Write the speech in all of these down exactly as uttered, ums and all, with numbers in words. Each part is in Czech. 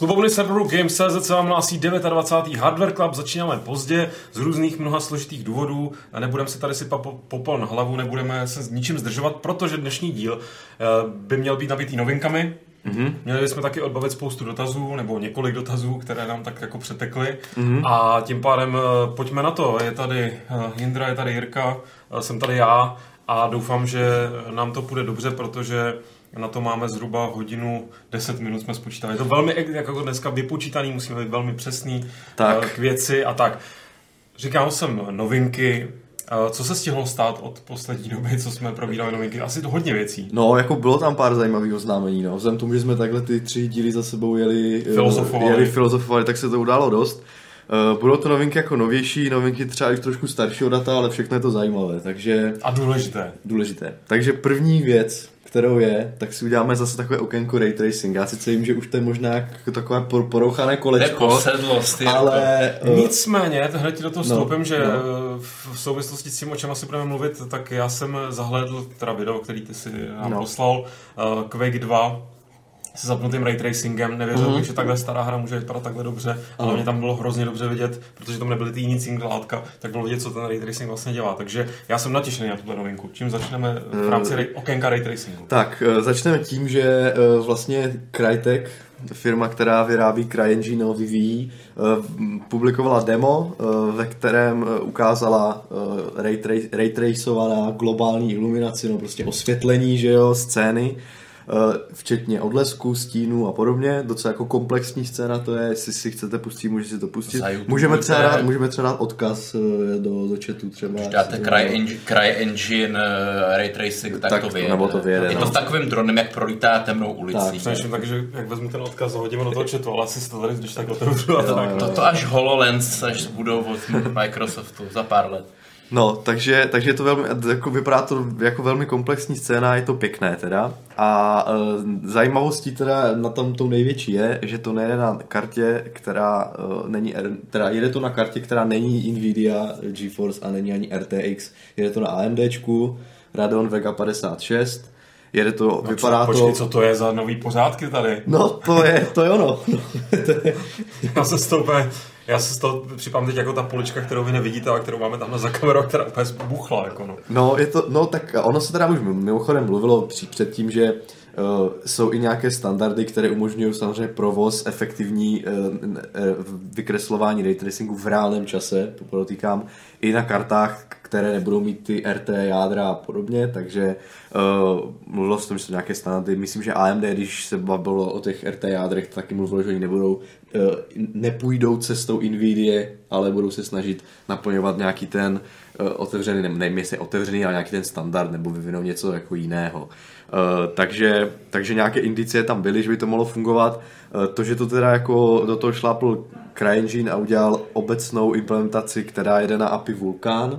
klubovny serveru Games tečka cé zet se vám hlásí dvacátý devátý Hardware Club, začínáme pozdě z různých mnoha složitých důvodů a nebudeme si tady sypat popel na hlavu, nebudeme se s ničím zdržovat, protože dnešní díl by měl být nabitý novinkami. Mm-hmm. Měli bychom taky odbavit spoustu dotazů, nebo několik dotazů, které nám tak jako přetekly. Mm-hmm. A tím pádem pojďme na to. Je tady Jindra, je tady Jirka, jsem tady já a doufám, že nám to půjde dobře, protože na to máme zhruba hodinu, deset minut jsme spočítali. Je to velmi jako dneska vypočítaný, musíme být velmi přesný tak. K věci a tak. Říkal jsem novinky. Co se stihlo stát od poslední doby, co jsme probírali novinky? Asi to hodně věcí. No, jako bylo tam pár zajímavých oznámení, no. Vzhledem tomu, že jsme takhle ty tři díly za sebou jeli filozofovali, jeli filozofovali tak se to událo dost. Budou to novinky jako novější, novinky třeba i trošku staršího data, ale všechno je to zajímavé, takže... A důležité. Důležité. Takže první věc, kterou je, tak si uděláme zase takové okénko Ray Tracing. Já sice vím, že už to je možná jako takové porouchané kolečko, Neposedlost, ale... Uh, Nicméně, hned ti do toho vstoupím, no, že no. v souvislosti s tím, o čem asi budeme mluvit, tak já jsem zahlédl teda video, který ty si nám no. poslal, uh, Quake dva, se zapnutým ray tracingem, nevěřil bych, mm-hmm. že takhle stará hra může vypadat takhle dobře, ale uh-huh. mě tam bylo hrozně dobře vidět, protože tam nebyly ty jiný cinglátka, tak bylo vidět, co ten ray tracing vlastně dělá. Takže já jsem natěšený na tuhle novinku. Čím začneme v rámci ray, okénka ray tracingu? Tak, začneme tím, že vlastně Crytek, firma, která vyrábí CryEngine, vyvíjí, publikovala demo, ve kterém ukázala ray, tra- ray tracovaná globální iluminaci, no prostě osvětlení, že jo, scény, včetně odlesku, stínu a podobně. Docela jako komplexní scéna to je, jestli si chcete pustit, můžete si to pustit. Můžeme třeba, dát, můžeme třeba dát odkaz do, do chatu třeba. Když dáte CryEngine, CryEngine uh, Ray Tracing, tak, tak to vyjede. Nebo to vyjede, je no. to v takovém dronem, jak prolítá temnou ulicí. Přemýšlím tak, že jak vezmu ten odkaz a hodíme do toho chatu, ale asi si to tady když tak otevřu a tak. Toto až HoloLens, až budou od Microsoftu za pár let. No, takže, takže je to velmi, jako vypadá to jako velmi komplexní scéna, je to pěkné teda. A e, zajímavostí teda na tom tou největší je, že to nejde na kartě, která e, není, teda jede to na kartě, která není Nvidia GeForce a není ani R T X. Jede to na AMDčku, Radeon Vega padesát šest. Jede to, no co, vypadá to... Počkej, co to je za nový pořádky tady? No, to je, to je ono. Já se stoupím. Já se z toho připám teď jako ta polička, kterou vy nevidíte, a kterou máme tam za kamerou, která úplně buchla. Jako no. no, je to, no tak ono se teda už mimochodem mluvilo při, před tím, že uh, jsou i nějaké standardy, které umožňují samozřejmě provoz, efektivní uh, uh, vykreslování ray tracingu v reálném čase, podotýkám, i na kartách, které nebudou mít ty R T jádra a podobně, takže uh, mluvilo se o tom, že jsou nějaké standardy. Myslím, že A M D, když se bavilo o těch R T jádrech, taky mluvilo, že oni nebudou, uh, nepůjdou cestou Nvidia, ale budou se snažit naplňovat nějaký ten uh, otevřený, ne, nevím jestli otevřený, ale nějaký ten standard, nebo vyvinou něco jako jiného. Uh, takže, takže nějaké indicie tam byly, že by to mohlo fungovat. Uh, to, že to teda jako do toho šlápl CryEngine a udělal obecnou implementaci, která jede na A P I Vulkan,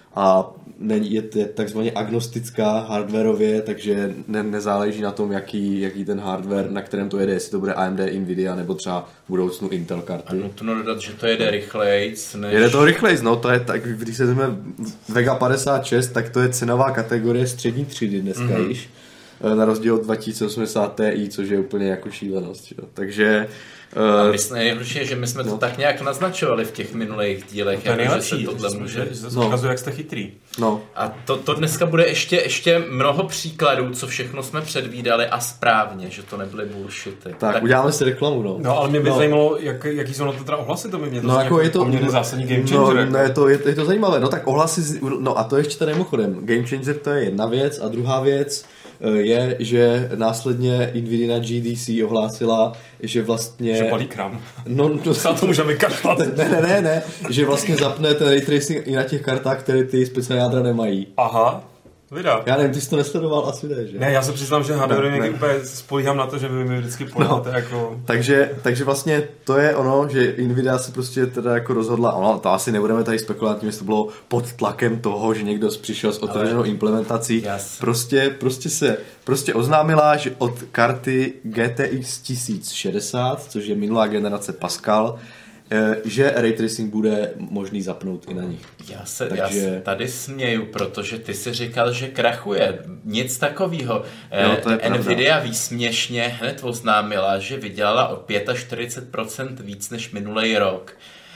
a je, je takzvaně agnostická hardwareově, takže ne, nezáleží na tom, jaký, jaký ten hardware, na kterém to jede, jestli to bude A M D, Nvidia, nebo třeba v budoucnu Intel karty. A nutno dodat, že to jede rychlejc než... Jede to rychlejc, no, to je tak, když se vezmeme Vega padesát šest, tak to je cenová kategorie střední třídy dneska mm-hmm. již, na rozdíl od dva tisíce osmdesát Ti, což je úplně jako šílenost, jo. Takže... A myslím, nejhorší, že my jsme to no. tak nějak naznačovali v těch minulých dílech, no, to jako, že se tohle že může... Že se ukazuje, no. jak jste chytrý. No. A to, to dneska bude ještě, ještě mnoho příkladů, co všechno jsme předvídali a správně, že to nebyly bullshity. Tak, tak uděláme si reklamu, no. No, ale mě by no. zajímalo, jak, jaký jsou na to teda ohlasy, to by mě to no, jako je to poměrně zásadní game changer. No, jako. ne, to, je, je to zajímavé. No tak ohlasy, no a to ještě tady mimochodem. Game changer to je jedna věc a druhá věc je, že následně Nvidia na G D C ohlásila, že vlastně... Že balí krám. No, to se na to můžeme vykašlat. Ne, ne, ne, ne, že vlastně zapne ten ray tracing i na těch kartách, které ty speciální jádra nemají. Aha. Vida. Já nevím, ty jsi to nesledoval, asi ne, že? Ne, já se přiznám, že hardware úplně spolíhám na to, že vy mi vždycky podáte no. jako... Takže, takže vlastně to je ono, že Nvidia se prostě teda jako rozhodla, ono, to asi nebudeme tady spekulovat tím, jestli to bylo pod tlakem toho, že někdo přišel s otevřenou Ale... implementací. Yes. Prostě, prostě se prostě oznámila, že od karty G T X tisíc šedesát, což je minulá generace Pascal, že ray tracing bude možný zapnout i na nich. Já se, Takže... já se tady směju, protože ty si říkal, že krachuje. Nic takového. Jo, to je Nvidia výsměšně hned oznámila, že vydělala o čtyřicet pět procent víc než minulý rok.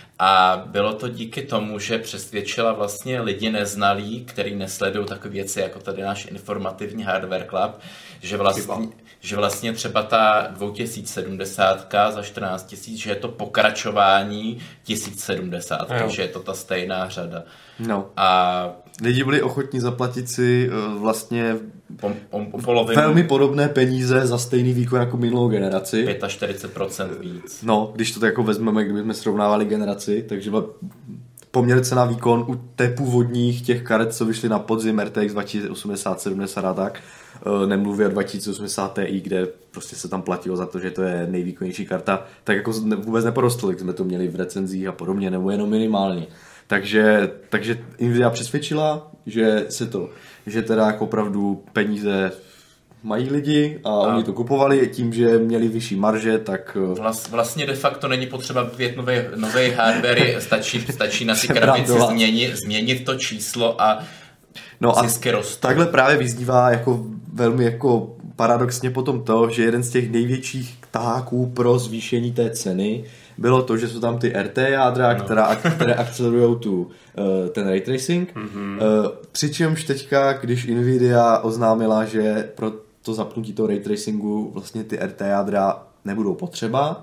A bylo to díky tomu, že přesvědčila vlastně lidi neznalí, kteří nesledují takové věci, jako tady náš informativní Hardware Club, že vlastně, že vlastně třeba ta dvě tisíce sedmdesát za čtrnáct tisíc, že je to pokračování tisíc sedmdesát, takže je to ta stejná řada. No. A lidi byli ochotní zaplatit si uh, vlastně po, po, polovinu, velmi podobné peníze za stejný výkon jako minulou generaci. čtyřicet pět procent víc. No, když to tak jako vezmeme, kdybychom srovnávali generaci, takže poměr cena výkon u té původních těch karet, co vyšly na podzim R T X dva tisíce osmdesát, sedmdesát a tak, nemluví o dva tisíce osmdesát Ti, kde prostě se tam platilo za to, že to je nejvýkonnější karta, tak jako vůbec neporostl, jak jsme to měli v recenzích a podobně, nebo jenom minimálně. Takže, takže Nvidia přesvědčila, že se to, že teda jako opravdu peníze mají lidi a, a oni to kupovali tím, že měli vyšší marže, tak... Vlast, vlastně de facto není potřeba vyvíjet nový hardware, stačí, stačí na ty krabici změnit, změnit to číslo a no zisky rostou. Takhle právě vyznívá jako velmi jako paradoxně potom to, že jeden z těch největších taháků pro zvýšení té ceny bylo to, že jsou tam ty R T jádra, no. která, které akcelerujou tu, uh, ten ray tracing. Mm-hmm. Uh, přičemž teďka, když Nvidia oznámila, že pro to zapnutí toho ray tracingu vlastně ty R T jádra nebudou potřeba,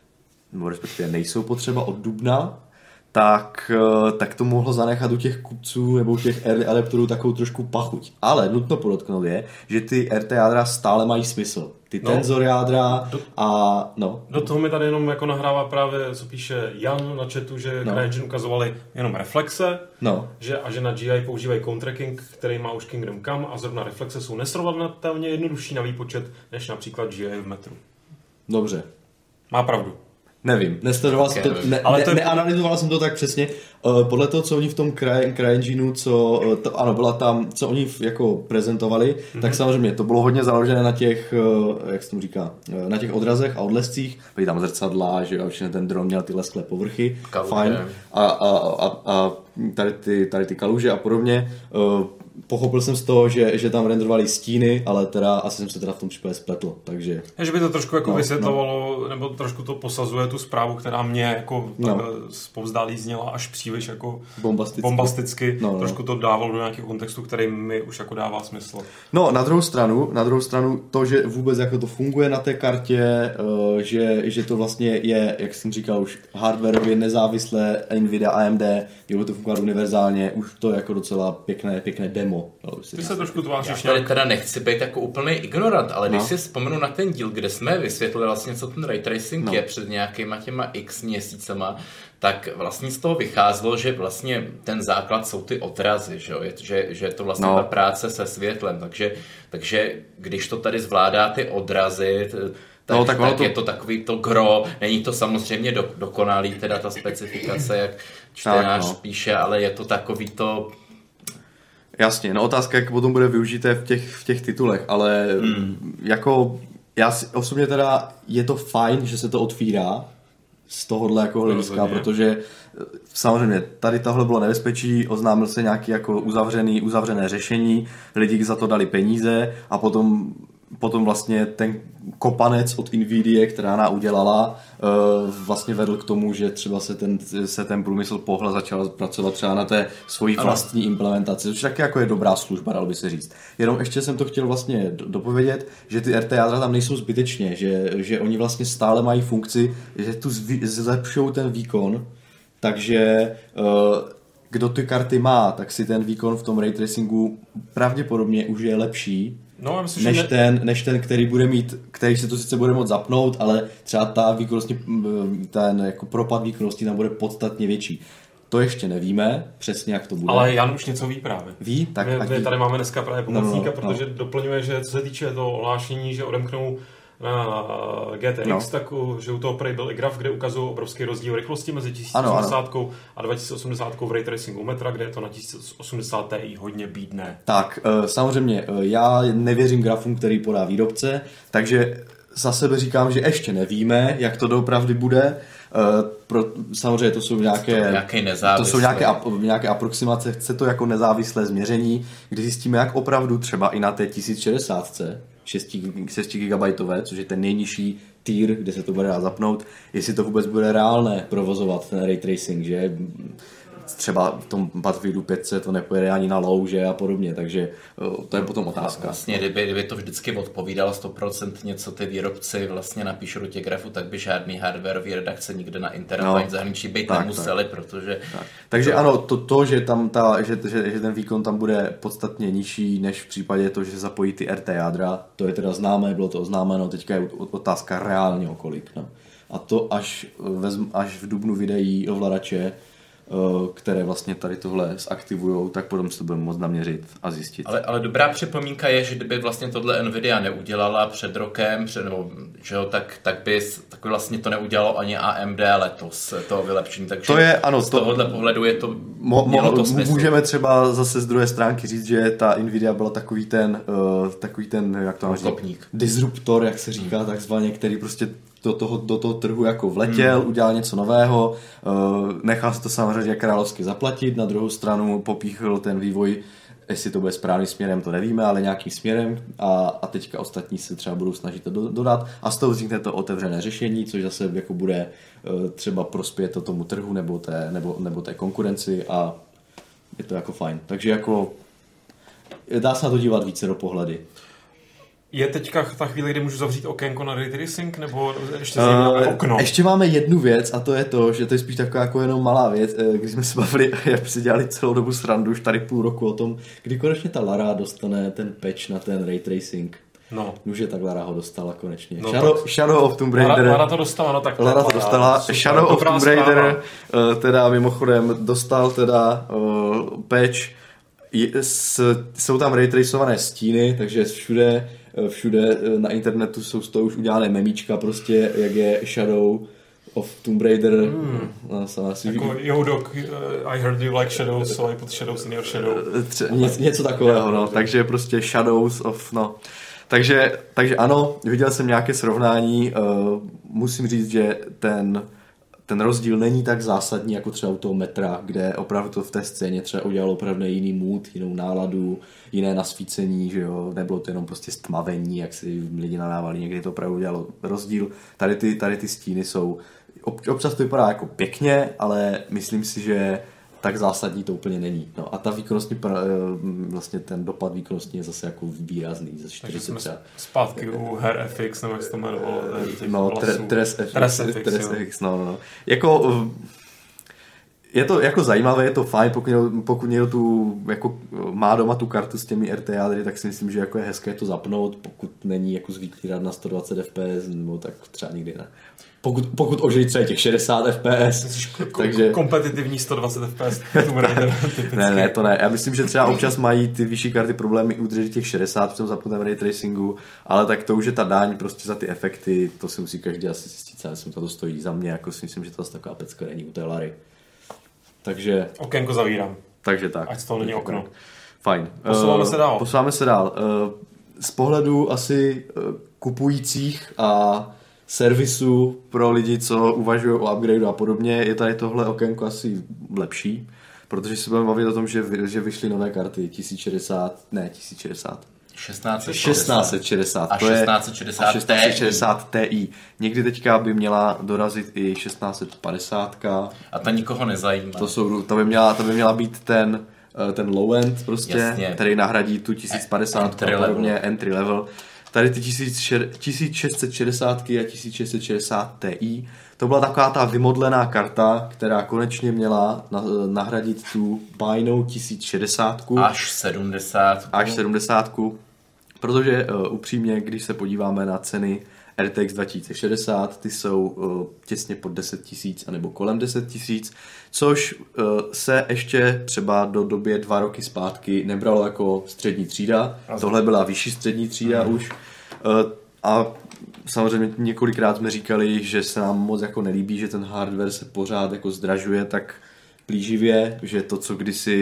nebo respektive nejsou potřeba od dubna, tak, tak to mohlo zanechat u těch kupců nebo u těch early adapterů takovou trošku pachuť. Ale nutno podotknout je, že ty R T jádra stále mají smysl. Ty no, tenzor jádra do, a no. Do toho mi tady jenom jako nahrává právě, co píše Jan na chatu, že no. CryEngine ukazovali jenom reflexe, no. že, a že na G I používají cone tracking, který má už Kingdom Come a zrovna reflexe jsou nesrovnatelně jednodušší na výpočet než například G I v metru. Dobře. Má pravdu. Nevím, nesledoval jsem to, ne, ale to je... neanalyzoval jsem to tak přesně. Uh, podle toho, co oni v tom CryEngineu, co, uh, to, ano, byla tam, co oni jako prezentovali, mm-hmm. tak samozřejmě to bylo hodně založené na těch, uh, jak se tomu říká, uh, na těch odrazech a odlescích. Byly tam zrcadla, že jo, ten dron měl ty lesklé povrchy, kaluže. Fajn. A, a, a, a tady, ty, tady ty kaluže a podobně. Uh, Pochopil jsem z toho, že, že tam renderovali stíny, ale teda asi jsem se teda v tom případě spletl, takže... Je, že by to trošku jako no, vysvětlovalo, no. nebo trošku to posazuje tu zprávu, která mě jako no. zpovzdálí zněla až příliš jako bombasticky. bombasticky. No, no. Trošku to dávalo do nějakého kontextu, který mi už jako dává smysl. No, na druhou stranu, na druhou stranu to, že vůbec jako to funguje na té kartě, že, že to vlastně je, jak jsem říkal, už hardwareově nezávislé Nvidia A M D, mělo to fungovat univerzálně, už to je jako docela pěkné, pěkné demo. No, Ty se trošku tváříš. Já tady nějak... teda nechci být jako úplný ignorant, ale no. když si vzpomenu na ten díl, kde jsme vysvětlili vlastně, co ten ray tracing no. je před nějakýma těma x měsícema, tak vlastně z toho vycházelo, že vlastně ten základ jsou ty odrazy, že, že, že je to vlastně no. ta práce se světlem, takže, takže když to tady zvládá ty odrazy, tak, no, tak, tak to... je to takový to gro, není to samozřejmě do, dokonalý, teda ta specifikace, jak čtenář tak, no. píše, ale je to takový to... Jasně, no otázka, jak potom bude využité v těch, v těch titulech, ale mm. jako já si osobně teda je to fajn, že se to otvírá z tohohle jako hlediska, protože samozřejmě tady tohle bylo nebezpečí, oznámil se nějaký jako uzavřený, uzavřené řešení, lidi za to dali peníze a potom potom vlastně ten kopanec od Nvidia, která nás udělala, vlastně vedl k tomu, že třeba se ten, se ten průmysl pohle začal pracovat třeba na té svojí vlastní implementaci, což taky jako je dobrá služba, dalo by se říct. Jenom ještě jsem to chtěl vlastně dopovědět, že ty R T jádra tam nejsou zbytečně, že, že oni vlastně stále mají funkci, že tu zlepšou ten výkon, takže kdo ty karty má, tak si ten výkon v tom ray tracingu pravděpodobně už je lepší, No, myslím, než, ne... ten, než ten, který bude mít, který se to sice bude moct zapnout, ale třeba ta výkonnostní, ten jako propad výkonnosti tam bude podstatně větší. To ještě nevíme, přesně jak to bude. Ale Jan už něco ví právě. Ví? Tak my, my tady máme dneska právě pomocníka, no, no, protože no. doplňuje, že co se týče toho ohlášení, že odemknou na G T X, no. tak že u toho prej byl i graf, kde ukazují obrovský rozdíl rychlosti mezi tisíc osmdesát a dva tisíce osmdesát v ray tracingu metra, kde je to na tisíc osmdesát Ti hodně bídné. Tak, samozřejmě, já nevěřím grafům, který podá výrobce, takže za sebe říkám, že ještě nevíme, jak to doopravdy bude, pro, samozřejmě to jsou nějaké, to jsou nějaké, nějaké aproximace, chce to jako nezávislé změření, kdy zjistíme, jak opravdu třeba i na té tisíc šedesát šest gigabajtové, což je ten nejnižší tier, kde se to bude dát zapnout, jestli to vůbec bude reálné provozovat ten ray tracing, že třeba v tom Battlefieldu pět set to nepojede ani na louže a podobně, takže to je potom otázka. Vlastně, kdyby, kdyby to vždycky odpovídalo sto procent něco ty výrobci vlastně napíšou do těch grafů, tak by žádný hardwareový redakce nikde na internetu ani no, zahraničí být tak, nemuseli, tak. protože... Tak. Takže to... ano, to, to že, tam ta, že, že, že ten výkon tam bude podstatně nižší, než v případě to, že se zapojí ty R T jádra, to je teda známé, bylo to oznámeno, teďka je otázka reálně o kolik. No. A to až, vezm, až v dubnu vydají ovladače, které vlastně tady tohle zaktivujou, tak potom se to budeme moct naměřit a zjistit. Ale, ale dobrá připomínka je, že kdyby vlastně tohle Nvidia neudělala před rokem, před, nebo, že jo, tak, tak by tak by vlastně to neudělalo ani A M D letos, to vylepšení. Takže to je, ano, z tohohle to, pohledu je to, mo, mo, to smysl. Můžeme třeba zase z druhé stránky říct, že ta Nvidia byla takový ten, uh, takový ten, jak to říct, disruptor, jak se říká, hmm. takzvaně, který prostě do toho, do toho trhu jako vletěl, hmm. udělal něco nového, nechal se to samozřejmě královsky zaplatit, na druhou stranu popíchl ten vývoj, jestli to bude správným směrem, to nevíme, ale nějakým směrem a, a teďka ostatní se třeba budou snažit to do, dodat a z toho vznikne to otevřené řešení, což zase jako bude třeba prospět to tomu trhu nebo té, nebo, nebo té konkurenci a je to jako fajn. Takže jako dá se na to dívat více do pohledy. Je teďka ta chvíle, kdy můžu zavřít okénko na ray tracing, nebo ještě zajímavé uh, okno? Ještě máme jednu věc a to je to, že to je spíš taková jako jenom malá věc, když jsme se bavili, jak si dělali celou dobu srandu, už tady půl roku o tom, kdy konečně ta Lara dostane ten patch na ten ray tracing. No. Už je tak Lara ho dostala konečně. No, Shadow, Shadow of Tomb Raider. Lara, Lara to dostala, no tak Lara to dostala. Super, Shadow of Tomb Raider uh, teda mimochodem dostal teda uh, patch. Je, s, jsou tam ray tracované stíny, takže všude všude na internetu jsou z toho už udělané memíčka prostě, jak je Shadow of Tomb Raider. Hmm. No, asi jako yo dog, uh, I heard you like shadows, so I put shadows in your shadow. Tře- ně, něco takového, no. Takže prostě Shadows of, no. Takže, takže ano, viděl jsem nějaké srovnání, uh, musím říct, že ten ten rozdíl není tak zásadní jako třeba u toho metra, kde opravdu to v té scéně třeba udělalo opravdu jiný mood, jinou náladu, jiné nasvícení, že jo, nebylo to jenom prostě stmavení, jak si lidi nadávali, někdy to opravdu udělalo rozdíl. Tady ty, tady ty stíny jsou, občas to vypadá jako pěkně, ale myslím si, že tak zásadní to úplně není. No a ta výkonnostní, vlastně ten dopad výkonnostní je zase jako výrazný. Ze Takže jsme třeba zpátky u Her F X, nebo jak se to jmenovalo. No, Tres F X, no, no. Jako, je to jako zajímavé, je to fajn, pokud někdo, pokud někdo tu, jako má doma tu kartu s těmi R T jádry, tak si myslím, že jako je hezké to zapnout, pokud není jako zvyklý rád na sto dvacet F P S, nebo tak třeba nikdy ne. Pokud, pokud ožijí třeba těch šedesát F P S. takže kompetitivní sto dvacet F P S. ne, ne, to ne. Já myslím, že třeba občas mají ty vyšší karty problémy udržet těch šedesát v tom zapnutém ray tracingu, ale tak to už je ta daň prostě za ty efekty, to si musí každý asi zjistit, co myslím, to stojí za mě, jako si myslím, že to asi taková pecka není u té Lary. Takže... Okénko zavírám. Takže tak. Ať to není okno. Fajn. Posouváme uh, se dál. Posouváme se dál. Uh, z pohledu asi uh, kupujících a servisu pro lidi, co uvažují o upgradeu a podobně, je tady tohle okénko asi lepší, protože se budeme bavit o tom, že, vy, že vyšly nové karty tisíc šedesát, ne tisíc šedesát. šestnáct set šedesát. A šestnáct set šedesát, a šestnáct set šedesát Ti. Někdy teďka by měla dorazit i šestnáct set padesát. A ta nikoho nezajímá. To, jsou, to, by, měla, to by měla být ten, ten low-end prostě, jasně, který nahradí tu tisíc padesát a podobně, entry level. Tady ty tisíc šest set šedesát a tisíc šest set šedesát Ti, to byla taková ta vymodlená karta, která konečně měla nahradit tu bájnou tisíc šedesát. Až sedmdesát. Až sedmdesát. Protože uh, upřímně, když se podíváme na ceny R T X dva tisíce šedesát, ty jsou uh, těsně pod deset tisíc anebo kolem deset tisíc, což uh, se ještě třeba do doby dva roky zpátky nebralo jako střední třída. Rozumím. Tohle byla vyšší střední třída mm. už. Uh, a samozřejmě několikrát jsme říkali, že se nám moc jako nelíbí, že ten hardware se pořád jako zdražuje tak plíživě, že to, co kdysi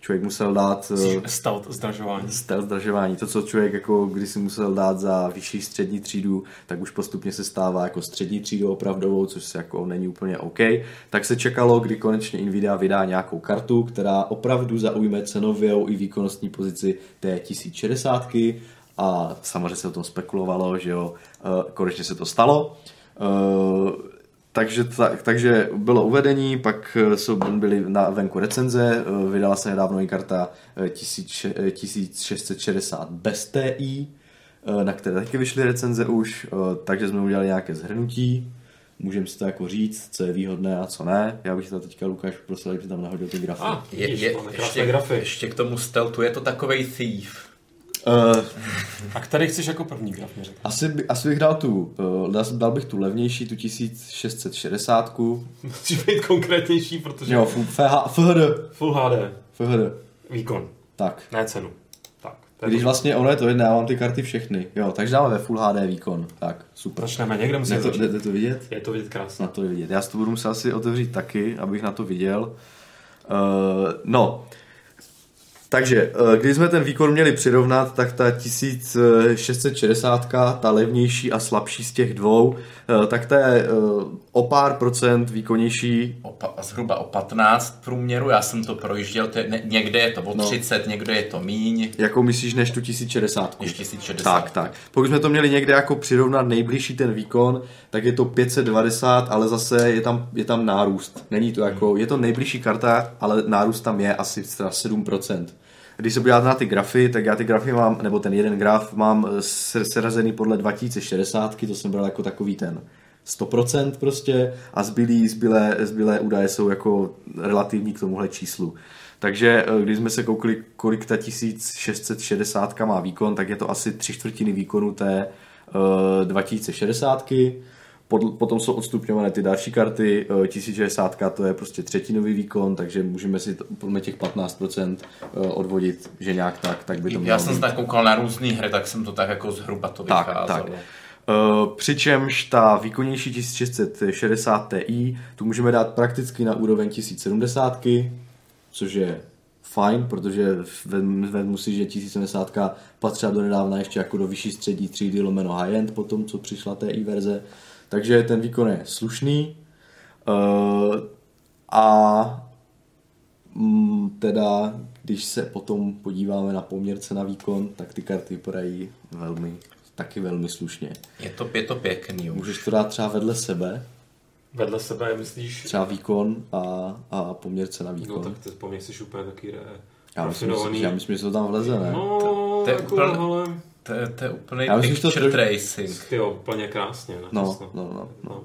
člověk musel dát... Stealth zdražování. Stealth zdražování. To, co člověk jako když si musel dát za vyšší střední třídu, tak už postupně se stává jako střední třídou opravdovou, což se jako není úplně OK. Tak se čekalo, kdy konečně Nvidia vydá nějakou kartu, která opravdu zaujme cenovou i výkonnostní pozici té tisíc šedesát a samozřejmě se o tom spekulovalo, že jo, konečně se to stalo. Takže, tak, takže bylo uvedení, pak jsou, byly na venku recenze, vydala se nedávno i karta tisíc šest set šedesát bez T I, na které taky vyšly recenze už, takže jsme udělali nějaké shrnutí, můžeme si to jako říct, co je výhodné a co ne. Já bych to teďka, Lukáš, poprosil, aby tam nahodil ty grafy. Ah, je, je, ještě, grafy. Ještě k tomu stealthu, je to takovej thief. Uh, a který chceš jako první graf? Asi, by, asi bych dal tu, uh, dal, dal bych tu levnější, tu tisíc šest set šedesát. Musíš být konkrétnější, protože... Jo, F H D. Full H D. F H D. Výkon. Tak. Ne cenu. Tak. Když vlastně ono je to jedné, já mám ty karty všechny. Jo, takže dáme ve Full H D výkon. Tak, super. Začneme, někde musíme začít. Jde to vidět? Je to vidět krásně. Na to je vidět. Já si to budu muset asi otevřít taky, abych na to viděl. Uh, no... Takže, když jsme ten výkon měli přirovnat, tak ta tisíc šest set šedesát, ta levnější a slabší z těch dvou, tak ta je o pár procent výkonnější. Opa, zhruba o patnáct průměru, já jsem to projížděl, to je, ne, někde je to o třicet, no. Někde je to míň. Jakou myslíš než tu tisíc šedesát? Než tisíc šedesát. Tak, tak. Pokud jsme to měli někde jako přirovnat nejbližší ten výkon, tak je to pět set devadesát, ale zase je tam, je tam nárůst. Není to jako, je to nejbližší karta, ale nárůst tam je asi sedm procent. Když se podíváte na ty grafy, tak já ty grafy mám, nebo ten jeden graf mám serazený podle dva tisíce šedesát, to jsem bral jako takový ten sto procent prostě a zbylý, zbylé, zbylé údaje jsou jako relativní k tomuhle číslu. Takže když jsme se koukli, kolik ta tisíc šest set šedesát má výkon, tak je to asi tři čtvrtiny výkonu té uh, dva tisíce šedesát. Potom jsou odstupňované ty další karty, tisíc šedesát to je prostě třetinový výkon, takže můžeme si podle těch patnáct procent odvodit, že nějak tak, tak by to mělo Já jsem se tak koukal na různý hry, tak jsem to tak jako zhruba to vycházelo. Tak, tak. Uh, přičemž ta výkonnější tisíc šest set šedesát Ti, tu můžeme dát prakticky na úroveň tisíc sedmdesát, což je fajn, protože vezmu si, že tisíc sedmdesát patřila do nedávna ještě jako do vyšší střední třídy lomeno high-end po tom, co přišla Ti verze. Takže ten výkon je slušný uh, a mm, teda, když se potom podíváme na poměr cena výkon, tak ty karty vypadají velmi, taky velmi slušně. Je to, je to pěkný. Už. Můžeš to dát třeba vedle sebe. Vedle sebe, myslíš? Třeba výkon a, a poměr cena výkon. No tak to poměr jsi úplně taky re, já myslím, já myslím, že to tam vleze, ne? No, to, to je jako, úplně, ale... To, to je úplný picture tracing. Ty jo, úplně krásně. No, no, no, no. no.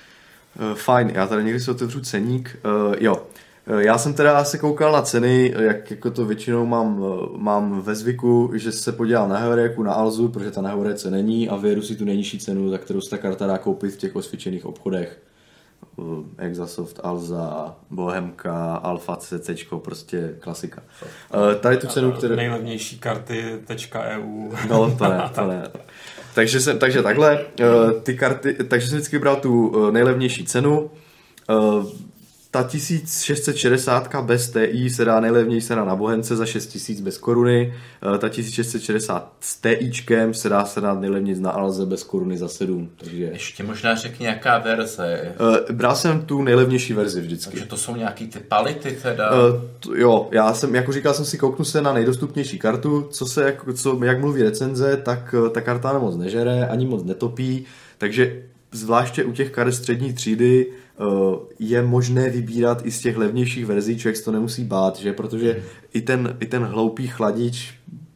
Uh, fajn, já tady někdy si otevřu ceník. Uh, jo, uh, já jsem teda se koukal na ceny, jak jako to většinou mám, uh, mám ve zvyku, že se podíval na Heuréku, na Alzu, protože ta na Heuréce není a vyjedu si tu nejnižší cenu, za kterou se ta karta dá koupit v těch osvědčených obchodech. Uh, Exasoft, Alza, Bohemka, Alfa, C C, prostě klasika. Uh, tady tu cenu, kterou... Nejlevnější karty .eu. No, to ne, to ne. Takže, se, takže takhle, uh, ty karty, takže jsem vždycky vybral tu uh, nejlevnější cenu. Uh, ta tisíc šest set šedesát bez Ti se dá nejlevněji se dá na Bohemce za šest tisíc bez koruny. Uh, ta tisíc šest set šedesát s Tičkem se dá se dát nejlevněji na Alze bez koruny za sedm. Takže... Ještě možná řekni, jaká verze. Uh, bral jsem tu nejlevnější verzi vždycky. Takže to jsou nějaký ty pality teda? Uh, t- jo, já jsem, jako říkal jsem si, kouknu se na nejdostupnější kartu, co se, jako, co, jak mluví recenze, tak uh, ta karta moc nežere, ani moc netopí, takže zvláště u těch karet střední třídy uh, je možné vybírat i z těch levnějších verzí, člověk se to nemusí bát, že? Protože mm. i, ten, i ten hloupý chladič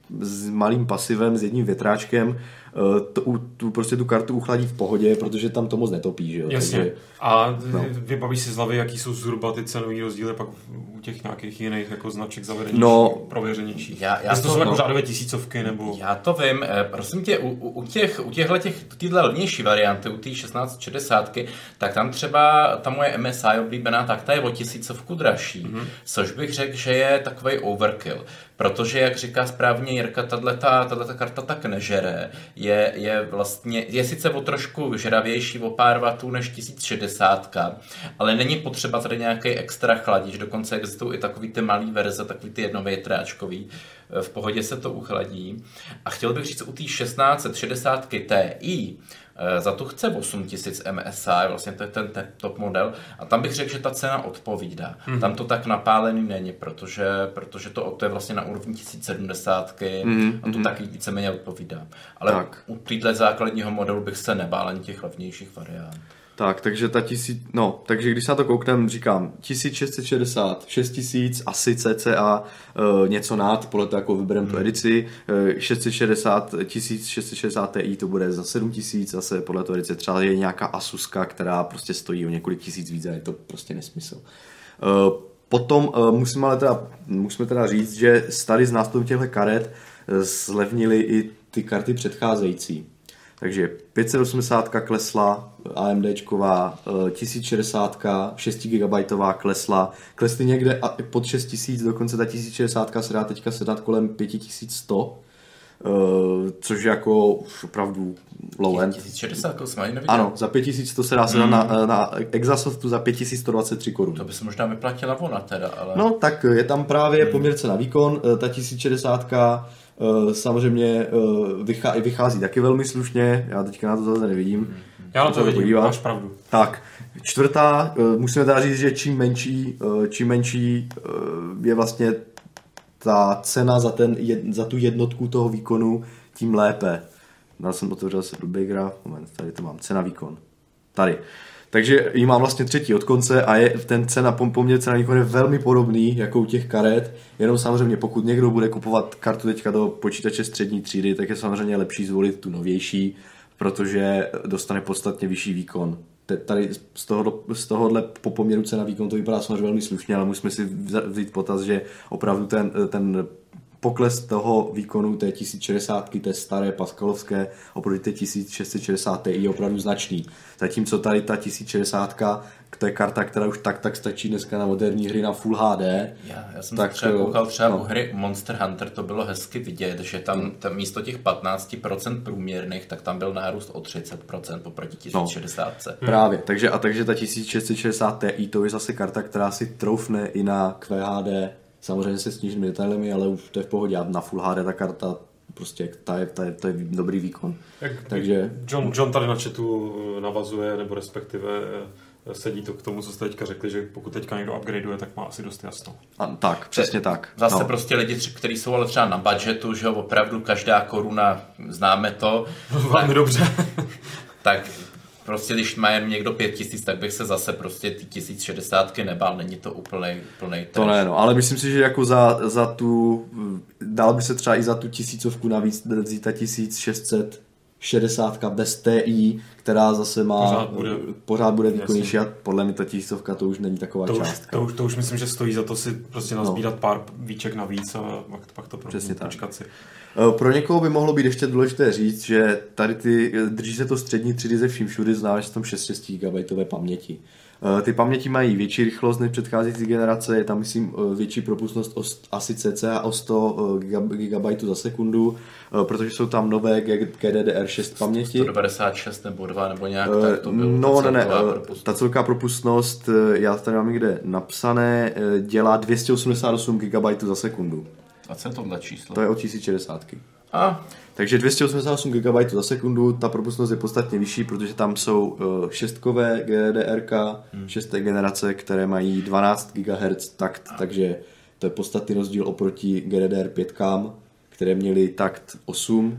s malým pasivem, s jedním větráčkem, tu, tu, prostě tu kartu uchladí v pohodě, protože tam to moc netopí, že jo? Jasně. Takže, a no. Vybavíš si z hlavy, jaký jsou zhruba ty cenový rozdíly pak u těch nějakých jiných jako značek zavedenějších, no, prověřenějších? Já, já Jestli to, to jsou no. jako řádové tisícovky, nebo... Já to vím, prosím tě, u, u, těch, u těchhle těch, tyhle levnější varianty, u té šestnáct šedesát, tak tam třeba ta moje M S I oblíbená, tak ta je o tisícovku dražší, mm-hmm. což bych řekl, že je takovej overkill. Protože, jak říká správně Jirka, tato karta tak nežere. Je, je vlastně, je sice o trošku žravější o pár vatů než tisíc šedesát, ale není potřeba tady nějaký extra chladič. Dokonce existují i takový ty malý verze, takový ty jednovětráčkový. V pohodě se to uchladí. A chtěl bych říct, u té šestnáct set šedesát Ti za tu chce osm tisíc M S I, vlastně to je ten, ten top model, a tam bych řekl, že ta cena odpovídá. Mm. Tam to tak napálený není, protože, protože to, to je vlastně na úrovni tisíc sedmdesát mm. a to mm. taky víceméně odpovídá. Ale tak. U téhle základního modelu bych se nebál ani těch levnějších variant. Tak, takže ta tisíc, no, takže když se na to kouknem, říkám, tisíc šest set šedesát, šest tisíc, asi cca, e, něco nad, podle toho, jako vybereme hmm. tu edici, e, šest set šedesát, tisíc šest set šedesát Ti to bude za sedm tisíc, zase podle toho edice třeba je nějaká Asuska, která prostě stojí o několik tisíc víc a je to prostě nesmysl. E, potom e, musíme ale teda, musíme teda říct, že tady z nástupu těchto karet zlevnily i ty karty předcházející. Takže pět set osmdesát klesla, AMDčková, tisíc šedesát, šest gigabajtová klesla, klesly někde pod šest tisíc, dokonce ta tisíc šedesát se dá teďka sedat kolem pět tisíc sto, což je jako už opravdu low end. tisíc šedesát jsme ani neviděli. Ano, za pět tisíc sto se dá sedat mm. na, na Exasoftu za pět tisíc sto dvacet tři korun. To by se možná vyplatila ona teda, ale... No tak je tam právě mm. poměrce na výkon, ta tisíc šedesát Uh, samozřejmě uh, vychází, vychází taky velmi slušně, já teďka na to zase nevidím. Já na to vidím, podívat. Máš pravdu. Tak, čtvrtá, uh, musíme teda říct, že čím menší, uh, čím menší uh, je vlastně ta cena za, ten, jed, za tu jednotku toho výkonu, tím lépe. Dal jsem otevřel se do Biggra, moment, tady to mám, cena výkon. Tady. Takže ji mám vlastně třetí od konce a je ten cena, poměr cena výkon je velmi podobný jako u těch karet, jenom samozřejmě pokud někdo bude kupovat kartu teďka do počítače střední třídy, tak je samozřejmě lepší zvolit tu novější, protože dostane podstatně vyšší výkon. Tady z, toho, z tohohle po poměru cena výkon to vypadá samozřejmě velmi slušně, ale musíme si vzít potaz, že opravdu ten, ten pokles toho výkonu té tisíc šedesát, té staré paskalovské, oproti té tisíc šest set šedesát Ti je opravdu značný. Zatímco tady ta tisíc šedesát, to je karta, která už tak tak stačí dneska na moderní hry na Full H D. Já, já jsem tak, třeba koukal třeba no. u hry Monster Hunter, to bylo hezky vidět, že tam, tam místo těch patnáct procent průměrných, tak tam byl nárůst o třicet procent oproti tisíc šedesát. No, právě, takže, a takže ta tisíc šest set šedesát Ti to je zase karta, která si troufne i na Q H D. Samozřejmě se sníženými detailemi, ale už to je v pohodě. Na Full H D ta karta, prostě ta je, ta je, to je dobrý výkon. Jak Takže, John, John tady na chatu navazuje, nebo respektive sedí to k tomu, co jste teďka řekli, že pokud teďka někdo upgradeuje, tak má asi dost jasno. A, tak, přesně tak. Zase no. prostě lidi, kteří jsou ale třeba na budgetu, že opravdu každá koruna, známe to. Velmi dobře. Tak prostě když má jen někdo pět tisíc, tak bych se zase prostě ty tisíc šedesátky nebál, není to úplnej, úplnej to ne, no, ale myslím si, že jako za, za tu, dal by se třeba i za tu tisícovku navíc vzít ta tisíc šest set šedesát bez Ti, která zase má, pořád bude, pořád bude výkonnější a podle mě ta tisícovka to už není taková to částka. Už, to, už, to už myslím, že stojí za to si prostě nazbírat no. pár víček navíc a pak, pak to přesně počkat si. Pro někoho by mohlo být ještě důležité říct, že tady ty, drží se to střední třídy ze vším všudy, znáš tam šest gigabajtové paměti. Ty paměti mají větší rychlost než předcházející generace, je tam myslím větší propustnost o, asi cca o sto gigabajtů za sekundu, protože jsou tam nové G D D R šest paměti. sto devadesát šest nebo dva nebo nějak tak to bylo. No ne, ne, ta celková propustnost, já tady mám někde napsané, dělá dvě stě osmdesát osm gigabajtů za sekundu. A co je tohle číslo? To je od tisíc šedesát. A. Takže dvě stě osmdesát osm gigabajtů za sekundu, ta propustnost je podstatně vyšší, protože tam jsou uh, šestkové G D R K, hmm. šesté generace, které mají dvanáct gigahertzů takt, a. takže to je podstatný rozdíl oproti G D R pět, které měly takt osm,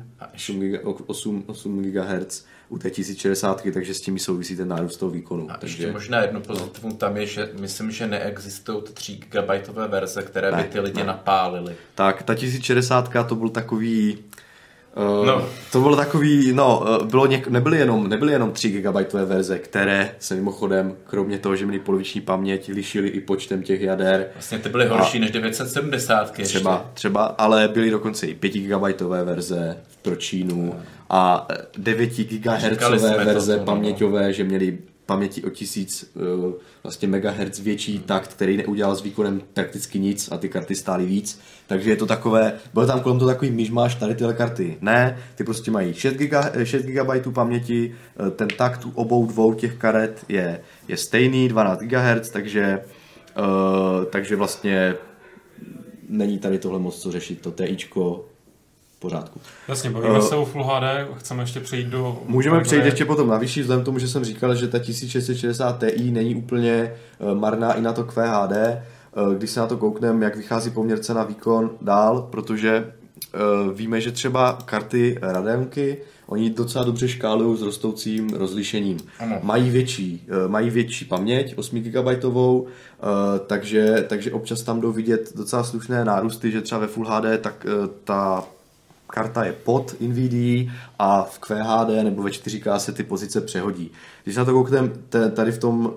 osm gigahertzů u té tisíc šedesát, takže s tím souvisí ten nárůst toho výkonu. A takže... ještě možná jedno pozitivum tam je, že myslím, že neexistují tři gigabajtové verze, které ne, by ty lidi ne. napálily. Tak, ta tisíc šedesát to byl takový... Uh, no. To bylo takový, no, bylo něk, nebyly, jenom, nebyly jenom tři gigabajtové verze, které se mimochodem, kromě toho, že měly poloviční paměť, lišily i počtem těch jader. Vlastně ty byly horší než devět set sedmdesát. Třeba, třeba, ale byly dokonce i pět gigabajtové verze pro Čínu a devět gigahertzové verze to, paměťové, že měly paměti o tisíc uh, vlastně megahertz větší takt, který neudělal s výkonem prakticky nic a ty karty stály víc. Takže je to takové, byl tam kolem to takový myšmaš, tady tyhle karty. Ne, ty prostě mají šest gigabajtů paměti, ten takt obou dvou těch karet je, je stejný, dvanáct gigahertz, takže, uh, takže vlastně není tady tohle moc co řešit, to TIčko v pořádku. Jasně, bavíme uh, se o Full H D, chceme ještě přejít do... Můžeme přejít ještě potom na vyšší, vzhledem tomu, že jsem říkal, že ta tisíc šest set šedesát Ti není úplně uh, marná i na to Q H D, uh, když se na to koukneme, jak vychází poměr cena výkon dál, protože uh, víme, že třeba karty Radeonky, oni docela dobře škálují s rostoucím rozlišením. Ano. Mají větší, uh, mají větší paměť, osm gigabajtovou, uh, takže, takže občas tam jdou vidět docela slušné nárůsty, že třeba ve Full H D tak uh, ta karta je pod NVIDIA a v Q H D nebo ve čtyři K se ty pozice přehodí. Když na to koukneme, tady v tom,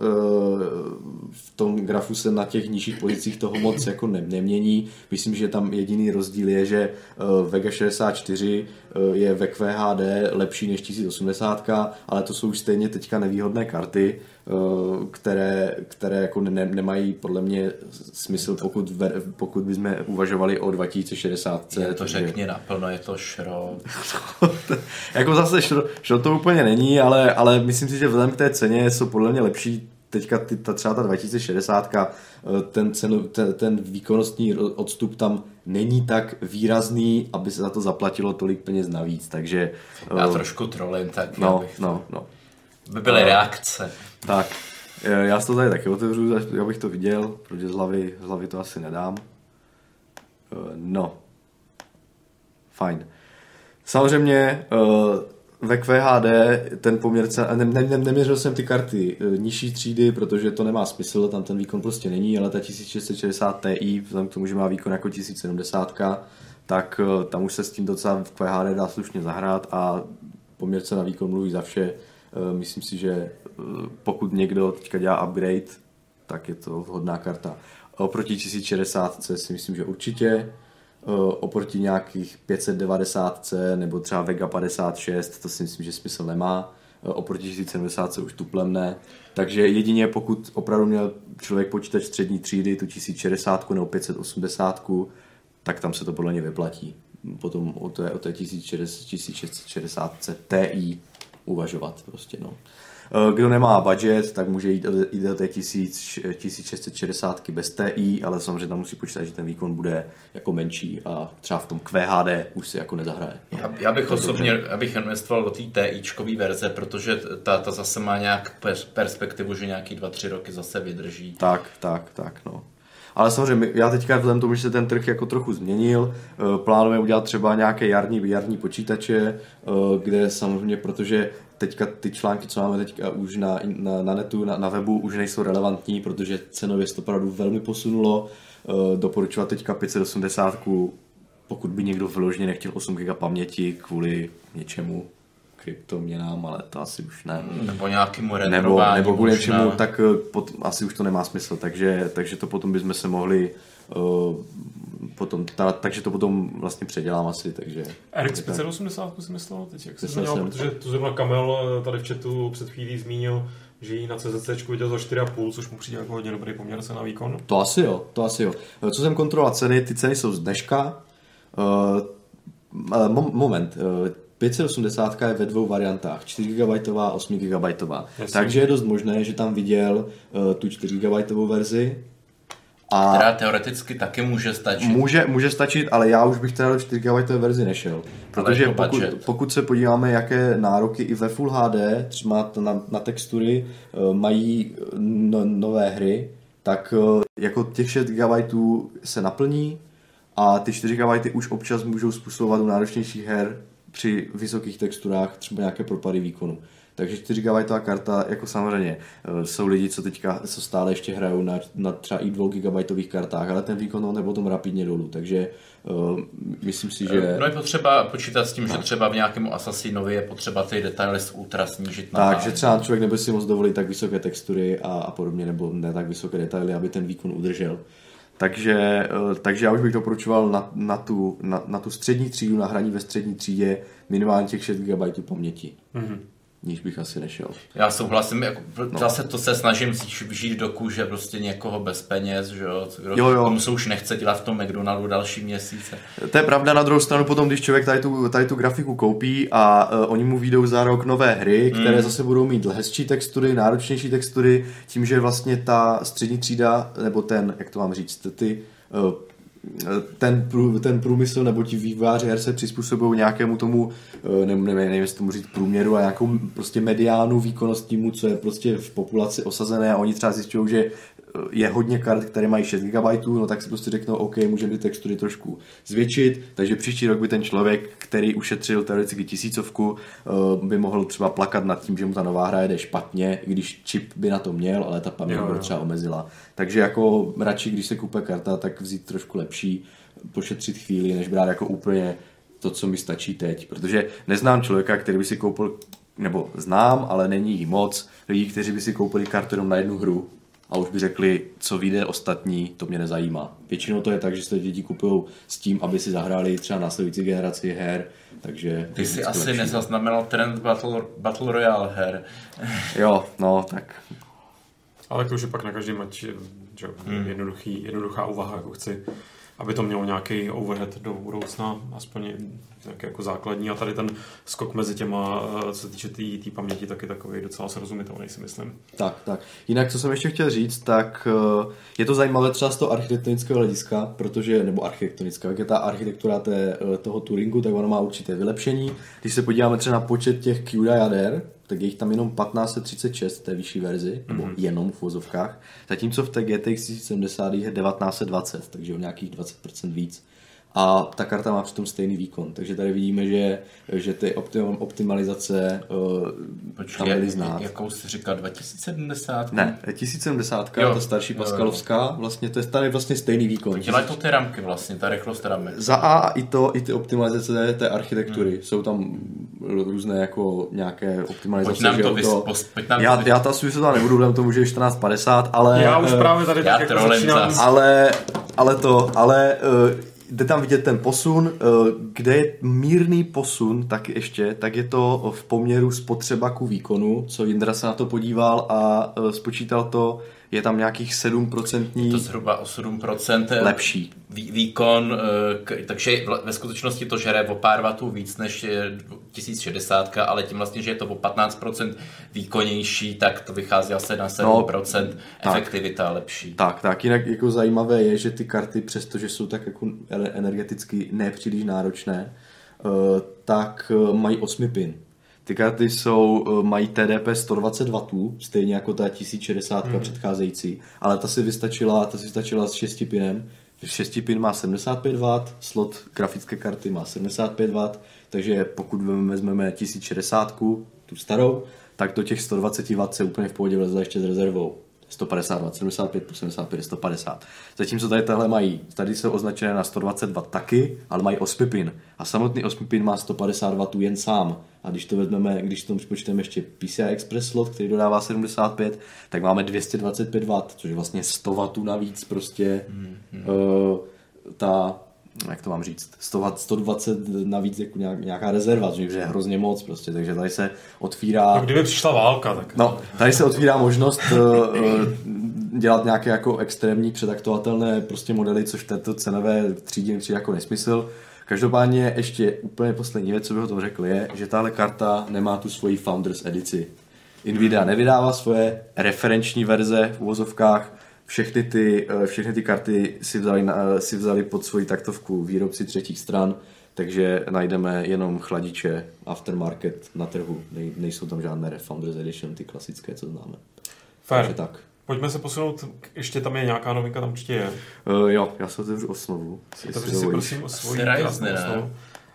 v tom grafu se na těch nižších pozicích toho moc jako ne, nemění. Myslím, že tam jediný rozdíl je, že Vega šedesát čtyři je ve Q H D lepší než tisíc osmdesát, ale to jsou už stejně teďka nevýhodné karty, které, které jako ne, nemají podle mě smysl, pokud, pokud bychom uvažovali o dva tisíce šedesát. Je to řekni naplno, je to šrot. Jako zase šrot, šrot to úplně není, ale, ale myslím si, že vzhledem k té ceně jsou podle mě lepší teďka ty, ta, třeba ta dva tisíce šedesát, ten, cenu, ten, ten výkonnostní odstup tam není tak výrazný, aby se za to zaplatilo tolik peněz navíc, takže... Já uh, trošku trolím, tak no, no, no. by byly uh, reakce. Tak, já si to tady taky otevřu, abych to viděl, protože z hlavy, z hlavy to asi nedám. Uh, no. Fajn. Samozřejmě uh, ve Q H D ten poměr cen, ne, ne, neměřil jsem ty karty nižší třídy, protože to nemá smysl, tam ten výkon prostě není, ale ta tisíc šest set šedesát Ti, vzhledem k tomu, že má výkon jako tisíc sedmdesát, tak tam už se s tím docela v Q H D dá slušně zahrát a poměr cena výkon mluví za vše. Myslím si, že pokud někdo teďka dělá upgrade, tak je to vhodná karta. Oproti tisíc šedesát si myslím, že určitě. Oproti nějakých pět set devadesát nebo třeba Vega padesát šest, to si myslím, že smysl nemá. Oproti tisíc sedmdesát už tuplem ne. Takže jedině pokud opravdu měl člověk počítač střední třídy, tu tisíc šedesát nebo pět set osmdesát, tak tam se to podle mě vyplatí. Potom o té, o té tisíc šest set šedesát Ti uvažovat prostě, no. Kdo nemá budget, tak může jít, jít do té tisíc šest set šedesát bez Ti, ale samozřejmě tam musí počítat, že ten výkon bude jako menší a třeba v tom Q H D už si jako nezahraje. No. Já, já bych osobně abych investoval do té TIčkové verze, protože ta, ta zase má nějak perspektivu, že nějaký dva tři roky zase vydrží. Tak, tak, tak, no. Ale samozřejmě, já teďka vzhledem tomu, že se ten trh jako trochu změnil, plánujeme udělat třeba nějaké jarní, jarní počítače, kde samozřejmě, protože teďka ty články, co máme teďka už na, na, na netu, na, na webu, už nejsou relevantní, protože cenově se to opravdu velmi posunulo. Doporučovat teďka pět set osmdesát, pokud by někdo vyloženě nechtěl osm giga paměti kvůli něčemu, kryptoměnám, ale to asi už ne. Nebo nějakému renderování. Nebo, nebo kvůli něčemu, tak pot, asi už to nemá smysl, takže, takže to potom bychom se mohli uh, potom, ta, takže to potom vlastně předělám asi, takže... R X pět set osmdesát si myslel teď, jak se změnil, protože to zrovna Kamel tady v chatu před chvílí zmínil, že ji na C Z C viděl za čtyři a půl, což mu přijde jako hodně dobrý poměr cena výkon. To asi jo, to asi jo. Co jsem kontroloval ceny, ty ceny jsou z dneška. Uh, moment, uh, pět set osmdesát je ve dvou variantách, čtyři gigabajtová a osm gigabajtová. Takže je dost možné, že tam viděl uh, tu čtyři gigabajtovou verzi. A která teoreticky taky může stačit. Může, může stačit, ale já už bych teda do čtyři gigabajtové verzi nešel. Protože pokud, pokud se podíváme, jaké nároky i ve Full H D, třeba na, na textury, uh, mají no, nové hry, tak uh, jako těch šest gigabajtů se naplní a ty čtyři gigabajty už občas můžou způsobovat u náročnějších her při vysokých texturách třeba nějaké propady výkonu. Takže čtyři gigabajtová karta, jako samozřejmě, jsou lidi, co teďka co stále ještě hrajou na, na třeba i dvou gigabajtových kartách, ale ten výkon on je potom rapidně dolů, takže uh, myslím si, že... No je potřeba počítat s tím, no. Že třeba v nějakému Assassinovi je potřeba ty detaily z ultra snížit na... Takže třeba člověk nebude si moc dovolit tak vysoké textury a, a podobně, nebo ne tak vysoké detaily, aby ten výkon udržel. Takže, takže já už bych doporučoval na, na, tu, na, na tu střední třídu, na hraní ve střední třídě minimálně těch šest gigabajtů paměti. Mm-hmm. níž bych asi nešel. Já souhlasím, jako, no. Zase to se snažím vžít do kůže prostě někoho bez peněz, že jo, jo, jo. Komu se už nechce dělat v tom McDonaldu další měsíce. To je pravda, na druhou stranu potom, když člověk tady tu, tady tu grafiku koupí a uh, oni mu vyjdou za rok nové hry, které mm. zase budou mít hezčí textury, náročnější textury, tím, že vlastně ta střední třída, nebo ten, jak to mám říct, ty... Uh, Ten, ten průmysl nebo ti vývojáři her se přizpůsobují nějakému tomu, nevím, nevím jestli tomu říct průměru, a nějakou prostě mediánu výkonnostnímu, co je prostě v populaci osazené, a oni třeba zjišťují, že je hodně kart, které mají šest gigabajtů, no tak si prostě řeknou, OK, můžeme ty textury trošku zvětšit, takže příští rok by ten člověk, který ušetřil teoreticky tisícovku, by mohl třeba plakat nad tím, že mu ta nová hra jede špatně, když čip by na to měl, ale ta paměť by třeba omezila. Takže jako radši, když se kupuje karta, tak vzít trošku lepší, pošetřit chvíli, než brát jako úplně to, co mi stačí teď, protože neznám člověka, který by si koupil, nebo znám, ale není jí moc lidí, kteří by si koupili kartu jenom na jednu hru a už by řekli, co vyjde ostatní, to mě nezajímá. Většinou to je tak, že se děti kupují s tím, aby si zahráli třeba následující generaci her, takže... Ty jsi asi lepší. Nezaznamenal trend Battle, Battle Royale her. Jo, no, tak... Ale to už je pak na každý mač hmm. jednoduchý, jednoduchá úvaha, jako chci, aby to mělo nějaký overhead do budoucna, aspoň nějaký jako základní, a tady ten skok mezi těma, co se týče té tý, tý paměti, tak je takový docela srozumitelný, si myslím. Tak, tak. Jinak, co jsem ještě chtěl říct, tak je to zajímavé třeba z toho architektonického hlediska, protože, nebo architektonická, jak je ta architektura té, toho Turingu, tak ona má určité vylepšení. Když se podíváme třeba na počet těch Q D jader, tak je jich tam jenom patnáct set třicet šest v té vyšší verzi, nebo mm-hmm. jenom v vozovkách, zatímco v té G T X tisíc sedmdesát je devatenáct set dvacet, takže o nějakých dvacet procent víc. A ta karta má přitom stejný výkon, takže tady vidíme, že, že ty optim, optimalizace uh, tam byly znát. Jakou jsi říkal, dva tisíce sedmdesát? Ne, tisíc sedmdesát, ta starší paskalovská, vlastně to je tady vlastně stejný výkon. Dělají to ty ramky vlastně, ta rychlost ramy. Za A i to, i ty optimalizace té architektury, hmm. jsou tam různé jako nějaké optimalizace. Pojď nám to vyspost, pojď nám já, to já ta vysvětlovat nebudu, vzhledem tomu, že je čtrnáct padesát, ale... Já už právě tady tak jako začínám. Ale, ale to, ale... Uh, jde tam vidět ten posun, kde je mírný posun, tak ještě, tak je to v poměru spotřeba ku výkonu, co Jindra se na to podíval a spočítal to, je tam nějakých sedm procent. Je to zhruba o sedm procent lepší. Vý, výkon, takže ve skutečnosti to žere o pár vatů víc než tisíc šedesát, ale tím vlastně, že je to o patnáct procent výkonnější, tak to vychází asi na sedm procent no, efektivita tak, lepší. Tak, tak, jinak jako zajímavé je, že ty karty, přestože jsou tak jako energeticky nepříliš náročné, tak mají osmi pin. Ty karty jsou, mají T D P sto dvacet wattů, stejně jako ta tisíc šedesát hmm. předcházející, ale ta si vystačila, ta si vystačila s šesti pinem. šesti pin má sedmdesát pět wattů, slot grafické karty má sedmdesát pět wattů, takže pokud vezmeme tisíc šedesát, tu starou, tak do těch sto dvacet wattů se úplně v pohodě vleze ještě s rezervou. sto padesát wattů, sedmdesát pět plus sedmdesát pět, sto padesát. Zatímco tady tahle mají, tady jsou označené na sto dvacet wattů taky, ale mají osmi pin. A samotný osmi pin má sto padesát wattů jen sám. A když to vezmeme, když to připočteme ještě P C I Express slot, který dodává sedmdesát pět, tak máme dvě stě dvacet pět wattů, což je vlastně sto wattů navíc prostě hmm, hmm. Uh, ta, jak to mám říct, sto dvacet navíc jako nějaká rezerva, což je hrozně moc prostě, takže tady se otvírá... No, kdyby přišla válka, tak... No, tady se otvírá možnost uh, dělat nějaké jako extrémní předaktovatelné prostě modely, což v této cenové třídě mi přijde jako nesmysl. Každopádně ještě úplně poslední věc, co bych o tom řekl, je, že tahle karta nemá tu svoji Founders edici. Nvidia nevydává svoje referenční verze v uvozovkách, všechny ty, všechny ty karty si vzali, si vzali pod svoji taktovku výrobci třetích stran, takže najdeme jenom chladiče aftermarket na trhu, Nej, nejsou tam žádné Founders edition, ty klasické, co známe. Fair. Takže tak. Pojďme se posunout, ještě tam je nějaká novinka, tam určitě je. Uh, jo, já se otevřu osnovu. Takže si prosím o svoji krásnou osnovu.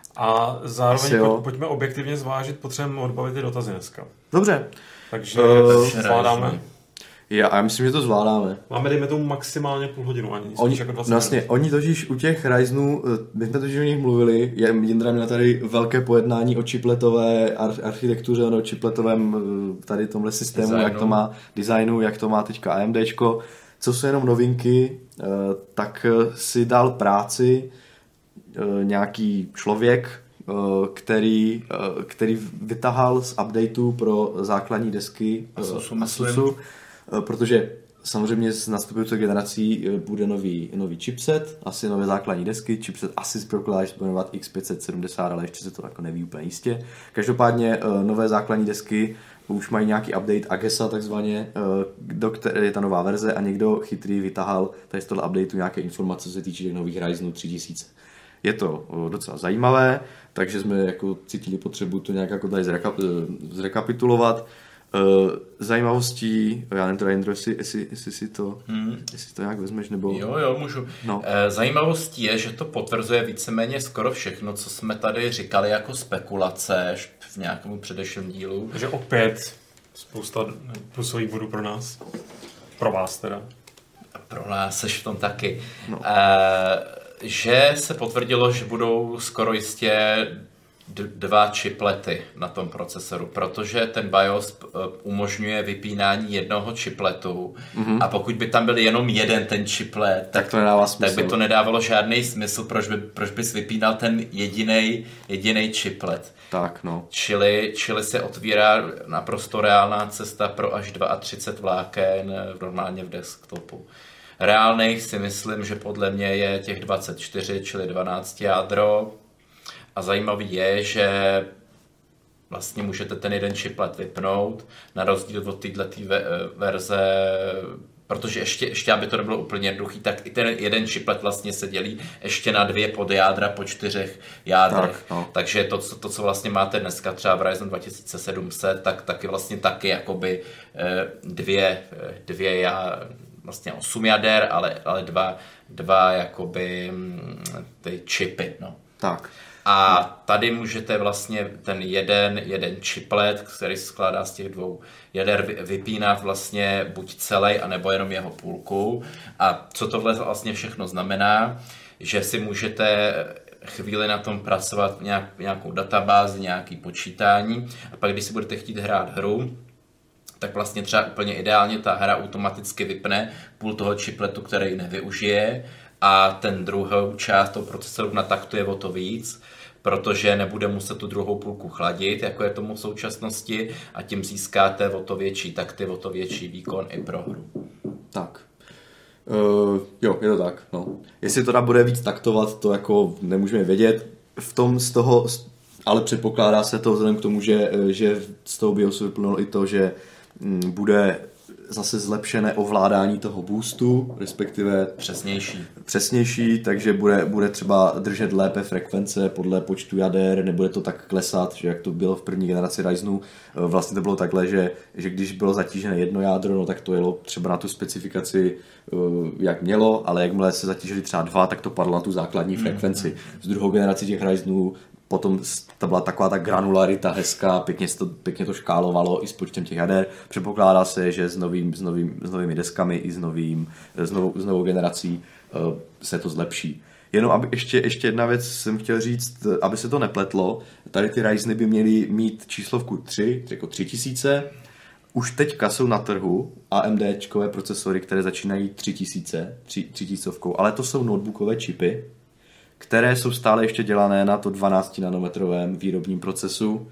A zároveň pojď, pojďme objektivně zvážit, potřebujeme odbavit ty dotazy dneska. Dobře. Takže uh, zvládáme. Já, já myslím, že to zvládáme. Máme, dejme tomu, maximálně půl hodinu, ani oni, jako dvacet vlastně, minut. Oni totiž u těch Ryzenů, my jsme totiž o nich mluvili, Jindra měl tady velké pojednání o chipletové architektuře, o chipletovém tady tomhle systému, designu. Jak to má designu, jak to má teďka AMDčko. Co jsou jenom novinky, tak si dal práci nějaký člověk, který, který vytahal z updateu pro základní desky Asusu, Asusu, protože samozřejmě s nastupující generací bude nový, nový chipset, asi nové základní desky, chipset asi zprokládá, že se bude jmenovat X pět set sedmdesát, ale ještě se to jako neví úplně jistě. Každopádně nové základní desky už mají nějaký update Agesa takzvaně, do které je ta nová verze a někdo chytrý vytahal tady z toho updateu nějaké informace, co se týče těch nových Ryzenů tři tisíce. Je to docela zajímavé, takže jsme jako cítili potřebu to nějak jako tady zrekap- zrekapitulovat. Zajímavostí, já nevím teda, Jindro, jestli, jestli, jestli si to, hmm. jestli to nějak vezmeš, nebo... Jo, jo, můžu. No. Zajímavostí je, že to potvrzuje víceméně skoro všechno, co jsme tady říkali jako spekulace v nějakém předešlém dílu. Takže opět spousta plusových bodů pro nás. Pro vás teda. Pro nás seš v tom taky. No. E, že se potvrdilo, že budou skoro jistě dva chiplety na tom procesoru, protože ten BIOS umožňuje vypínání jednoho chipletu mm-hmm. a pokud by tam byl jenom jeden ten chiplet, tak, tak, to nedává smysl. tak by to nedávalo žádný smysl, proč, by, proč bys vypínal ten jedinej, jedinej chiplet. Tak, no. Čili, čili se otvírá naprosto reálná cesta pro až třicet dva vláken normálně v desktopu. Reálných si myslím, že podle mě je těch dvacet čtyři, čili dvanáct jádro. A zajímavý je, že vlastně můžete ten jeden chiplet vypnout, na rozdíl od této verze, protože ještě, ještě, aby to nebylo úplně jednoduchý, tak i ten jeden chiplet vlastně se dělí ještě na dvě podjádra po čtyřech jádrech. Tak, no. Takže to, to, co vlastně máte dneska třeba v Ryzen dva tisíce sedm set, tak taky vlastně taky jakoby dvě, dvě já, vlastně osm jader, ale, ale dva, dva jakoby ty čipy, no. Tak. A tady můžete vlastně ten jeden, jeden chiplet, který se skládá z těch dvou jader, vypínat vlastně buď celý, anebo jenom jeho půlku. A co tohle vlastně všechno znamená, že si můžete chvíli na tom pracovat nějak, nějakou databázi, nějaký počítání a pak, když si budete chtít hrát hru, tak vlastně třeba úplně ideálně ta hra automaticky vypne půl toho chipletu, který nevyužije, a ten druhou část toho procesoru nataktuje o to víc, protože nebude muset tu druhou půlku chladit, jako je tomu v současnosti, a tím získáte o to větší takty, o to větší výkon i pro hru. Tak. Uh, jo, je to tak, no. Jestli to bude víc taktovat, to jako nemůžeme vědět. V tom z toho, ale předpokládá se to vzhledem k tomu, že, že z toho BIOSu vyplnulo i to, že m, bude zase zlepšené ovládání toho boostu, respektive přesnější. Přesnější, takže bude, bude třeba držet lépe frekvence podle počtu jader, nebude to tak klesat, že jak to bylo v první generaci Ryzenů. Vlastně to bylo takhle, že, že když bylo zatížené jedno jádro, no tak to jelo třeba na tu specifikaci, jak mělo, ale jakmile se zatížili třeba dva, tak to padlo na tu základní frekvenci. Z druhou generaci těch Ryzenů potom to byla taková ta granularita hezká, pěkně to, pěkně to škálovalo i s počtem těch jader. Předpokládá se, že s, novým, s, novým, s novými deskami i s, novým, s, novou, s novou generací uh, se to zlepší. Jenom aby ještě, ještě jedna věc jsem chtěl říct, aby se to nepletlo, tady ty Ryzeny by měly mít číslovku tři, jako tři tisíce. Už teďka jsou na trhu AMDčkové procesory, které začínají tři tisíce, tři tisícovkou, ale to jsou notebookové čipy, které jsou stále ještě dělané na to dvanáctinanometrovém výrobním procesu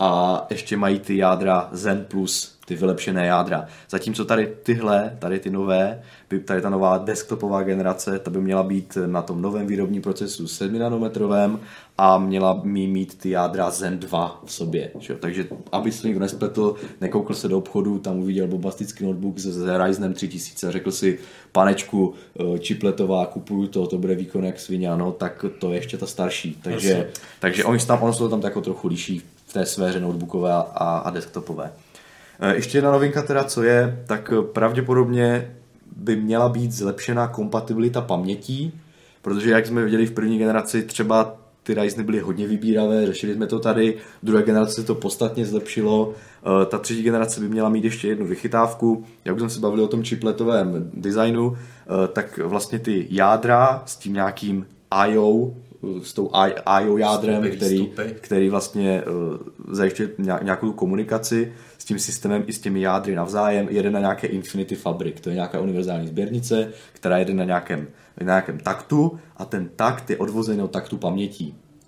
a ještě mají ty jádra Zen Plus, ty vylepšené jádra. Zatímco tady tyhle, tady ty nové, tady ta nová desktopová generace, ta by měla být na tom novém výrobním procesu sedminanometrovém a měla mít ty jádra Zen dva v sobě. Že? Takže aby se někdo nespletl, nekoukl se do obchodu, tam uviděl bombastický notebook s Ryzenem tři tisíce a řekl si, panečku, chipletová, kupuju to, to bude výkon jak svině, no, tak to je ještě ta starší. Takže, takže oni se tam, ono se to tam jako trochu liší v té sféře notebookové a, a desktopové. Ještě jedna novinka teda, co je, tak pravděpodobně by měla být zlepšená kompatibilita pamětí, protože jak jsme viděli v první generaci, třeba ty Ryzeny byly hodně vybíravé, řešili jsme to tady, v druhé generaci se to podstatně zlepšilo, ta třetí generace by měla mít ještě jednu vychytávku, jak jsme se bavili o tom chipletovém designu, tak vlastně ty jádra s tím nějakým I O, s tou I O jádrem, který, který vlastně zajišťuje nějakou komunikaci s tím systémem i s těmi jádry navzájem, jede na nějaké Infinity Fabric, to je nějaká univerzální sběrnice, která jede na nějakém, na nějakém taktu a ten takt je odvozený od taktu pamětí.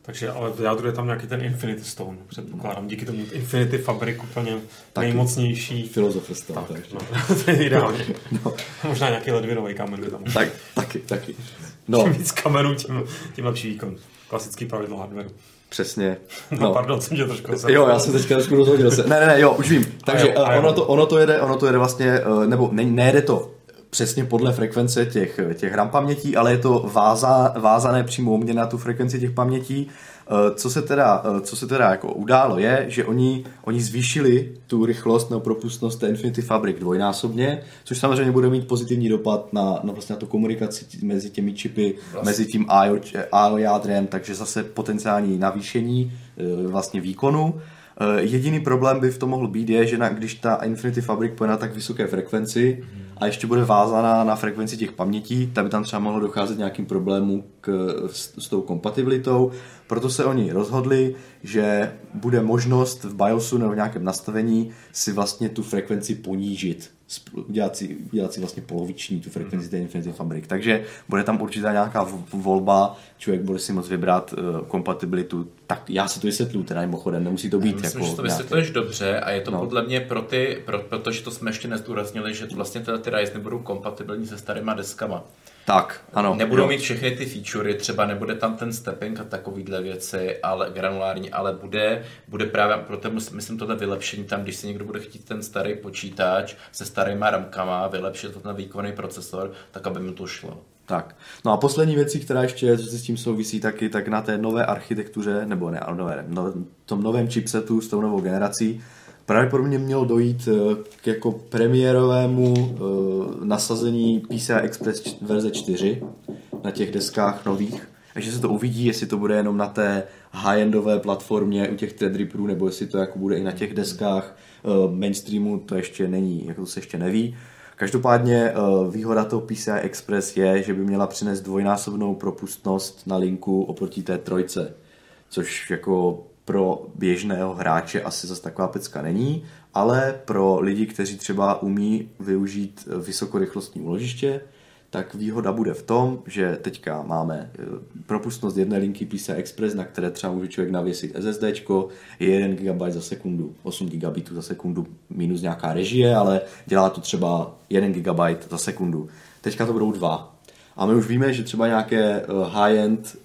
Takže ale v jádru je tam nějaký ten Infinity Stone, předpokládám. Díky tomu Infinity Fabric úplně taky nejmocnější. Filozofie Stone. Tak, no, to je ideálně. No. Možná nějaký ledvinový kamen by tam. Tak, taky, taky. No. Čím víc kamenů, tím, tím lepší výkon. Klasický pravidlo hardwareu. Přesně. No, no pardon, jsem tě trošku rozhodil. Jo, já jsem teďka trošku rozhodil se. Ne, ne, ne, jo, už vím. Takže jo, ono, to, ono, to jede, ono to jede vlastně, nebo ne, nejede to přesně podle frekvence těch, těch RAM pamětí, ale je to váza, vázané přímo u mě na tu frekvenci těch pamětí. Co se teda, co se teda jako událo je, že oni, oni zvýšili tu rychlost nebo propustnost té Infinity Fabric dvojnásobně, což samozřejmě bude mít pozitivní dopad na, na, vlastně na tu komunikaci mezi těmi čipy, vlastně. Mezi tím I O jádrem, takže zase potenciální navýšení vlastně výkonu. Jediný problém by v tom mohl být je, že na, když ta Infinity Fabric půjde na tak vysoké frekvenci a ještě bude vázaná na frekvenci těch pamětí, tak by tam třeba mohlo docházet nějakým problémům k, s, s tou kompatibilitou. Proto se oni rozhodli, že bude možnost v BIOSu nebo v nějakém nastavení si vlastně tu frekvenci ponížit. Udělat si, udělat si vlastně poloviční tu frekvenci té Infinity Fabric. Takže bude tam určitá nějaká volba, člověk bude si moct vybrat uh, kompatibilitu. Tak já si to vysvětluju, teda mimochodem, nemusí to být. Myslím, jako že to vysvětluješ dobře a je to no. podle mě pro ty, pro, protože to jsme ještě nezdůraznili, že vlastně teda ty Ryzen nebudou kompatibilní se starýma deskama. Tak, ano. Nebudou jo. mít všechny ty featurey, třeba nebude tam ten stepping a takovýhle věci, ale granulární, ale bude, bude právě proto, myslím, tohle vylepšení tam, když si někdo bude chtít ten starý počítač se starýma ramkama, vylepšit to ten výkonný procesor, tak aby mu to šlo. Tak. No a poslední věcí, která ještě, co se s tím souvisí taky, tak na té nové architektuře, nebo ne, ale nové, no, tom novém chipsetu s tou novou generací, pravděpodobně mělo dojít k jako premiérovému uh, nasazení P C I Express verze čtyři na těch deskách nových. Takže se to uvidí, jestli to bude jenom na té high-endové platformě u těch Threadripperů, nebo jestli to jako bude i na těch deskách uh, mainstreamu, to ještě není, jako to se ještě neví. Každopádně uh, výhoda toho P C I Express je, že by měla přinést dvojnásobnou propustnost na linku oproti té trojce, což jako pro běžného hráče asi zase taková pecka není, ale pro lidi, kteří třeba umí využít vysokorychlostní úložiště, tak výhoda bude v tom, že teďka máme propustnost jedné linky P C I Express, na které třeba může člověk navěsit SSDčko, je jeden gigabajt za sekundu, osm gigabitů za sekundu minus nějaká režie, ale dělá to třeba jeden gigabajt za sekundu. Teďka to budou dva. A my už víme, že třeba nějaké high-end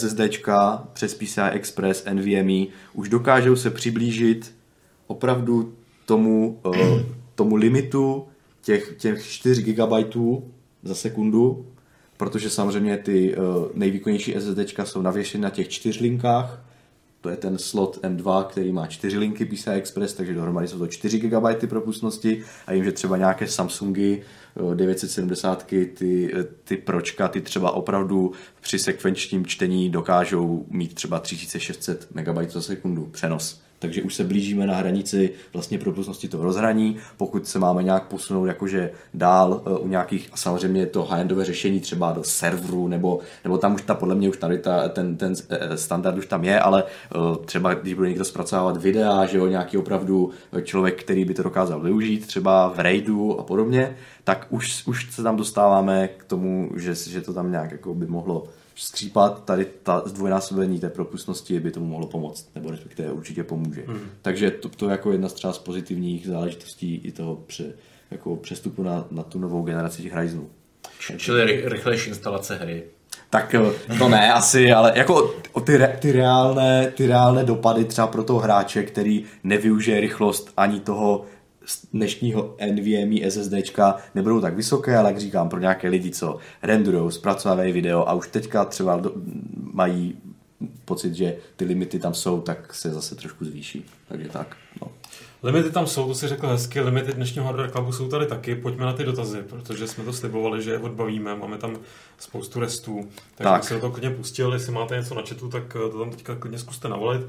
SSDčka přes P C I Express, NVMe už dokážou se přiblížit opravdu tomu, tomu limitu těch, těch čtyři gigabajtů za sekundu, protože samozřejmě ty nejvýkonnější SSDčka jsou navěšeny na těch čtyř linkách. To je ten slot M dva, který má čtyři linky P C I Express, takže dohromady jsou to čtyři gigabajty propustnosti a jim, že třeba nějaké Samsungy devět set sedmdesát, ty, ty pročka, ty třeba opravdu při sekvenčním čtení dokážou mít třeba tři tisíce šest set megabajtů za sekundu přenos. Takže už se blížíme na hranici vlastně propustnosti toho rozhraní. Pokud se máme nějak posunout jakože dál u nějakých, samozřejmě to high-endové řešení třeba do serveru, nebo, nebo tam už ta, podle mě už tady ta, ten, ten standard už tam je, ale třeba když bude někdo zpracovávat videa, že jo, nějaký opravdu člověk, který by to dokázal využít, třeba v raidu a podobně, tak už, už se tam dostáváme k tomu, že, že to tam nějak jako by mohlo skřípat, tady ta zdvojnásobení té propustnosti by tomu mohlo pomoct, nebo respektive určitě pomůže. Hmm. Takže to, to je jako jedna z třeba z pozitivních záležitostí i toho pře, jako přestupu na, na tu novou generaci těch Ryzenů. Čili ry, rychlejší instalace hry. Tak to ne asi, ale jako ty, ty, reálné, ty reálné dopady třeba pro toho hráče, který nevyužije rychlost ani toho dnešního NVMe SSDčka nebudou tak vysoké, ale jak říkám, pro nějaké lidi, co renderujou, zpracovávají video a už teďka třeba do, mají pocit, že ty limity tam jsou, tak se zase trošku zvýší. Takže tak. No. Limity tam jsou, to si řekl hezky, limity dnešního Hardware Clubu jsou tady taky, pojďme na ty dotazy, protože jsme to slibovali, že je odbavíme, máme tam spoustu restů, takže tak. Se to klidně pustil, jestli máte něco na chatu, tak to tam teďka klidně zkuste navolit.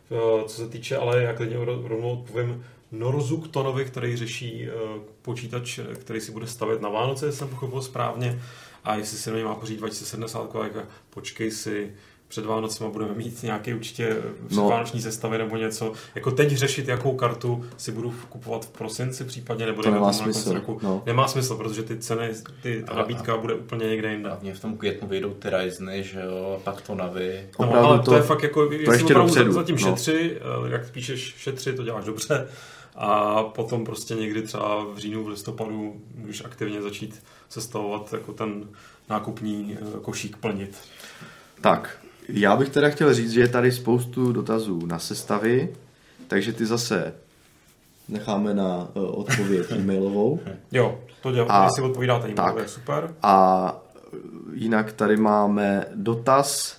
Co se týče, ale já klidně rovnou odpovím Norzuk Tonovi, který řeší uh, počítač, který si bude stavět na Vánoce, jsem pochopil správně, a jestli si na něj má pořídit dvacet sedmdesát, tak počkej si před Vánocema budeme mít nějaký určitě předvánoční no. sestavy nebo něco. Jako teď řešit, jakou kartu si budu kupovat v prosinci případně, nebo to nemá smysl. Roku. No. Nemá smysl, protože ty ceny, ty, ta nabídka bude úplně někde jinde. Hlavně v tom květnu vyjdou ty Ryzeny, že jo, pak to Navy. No, ale to, to je fakt jako, to jestli ještě opravdu dopředu, zatím no. šetři, jak píšeš šetři, to děláš dobře. A potom prostě někdy třeba v říjnu, v listopadu můžeš aktivně začít sestavovat jako ten nákupní košík plnit. Tak, já bych teda chtěl říct, že je tady spoustu dotazů na sestavy, takže ty zase necháme na uh, odpověď e-mailovou. Jo, to dělám, jestli odpovídáte e-mailovou, je super. A jinak tady máme dotaz,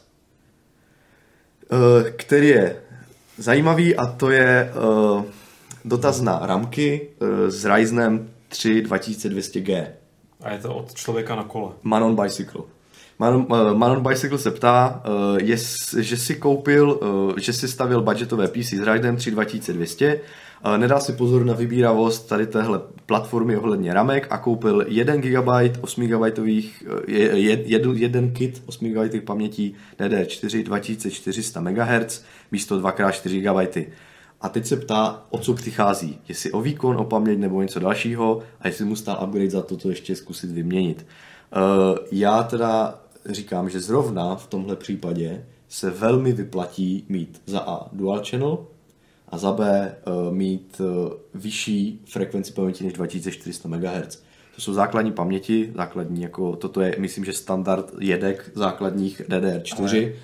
uh, který je zajímavý, a to je uh, dotaz na ramky uh, s Ryzenem tři dva tisíce dvě stě G. A je to od člověka na kole. Manon Bicycle. Manon, uh, Manon Bicycle se ptá, uh, jest, že si koupil, uh, že si stavil budgetové P C s Ryzenem tři dva tisíce dvě stě, uh, nedal si pozor na vybíravost tady téhle platformy ohledně ramek a koupil jeden gigabajt osm gigabajtových, uh, jed, jed, jeden kit osm gigabajtových pamětí D D R čtyři dva tisíce čtyři sta megahertzů místo dva krát čtyři gigabajty. A teď se ptá, o co přichází. Jestli o výkon, o paměť nebo něco dalšího a jestli mu stál upgrade za to, to ještě zkusit vyměnit. Uh, já teda říkám, že zrovna v tomhle případě se velmi vyplatí mít za A dual channel a za B uh, mít uh, vyšší frekvenci paměti než dva tisíce čtyři sta megahertzů. To jsou základní paměti, základní jako, toto je, myslím, že standard jedek základních D D R čtyři. Ale...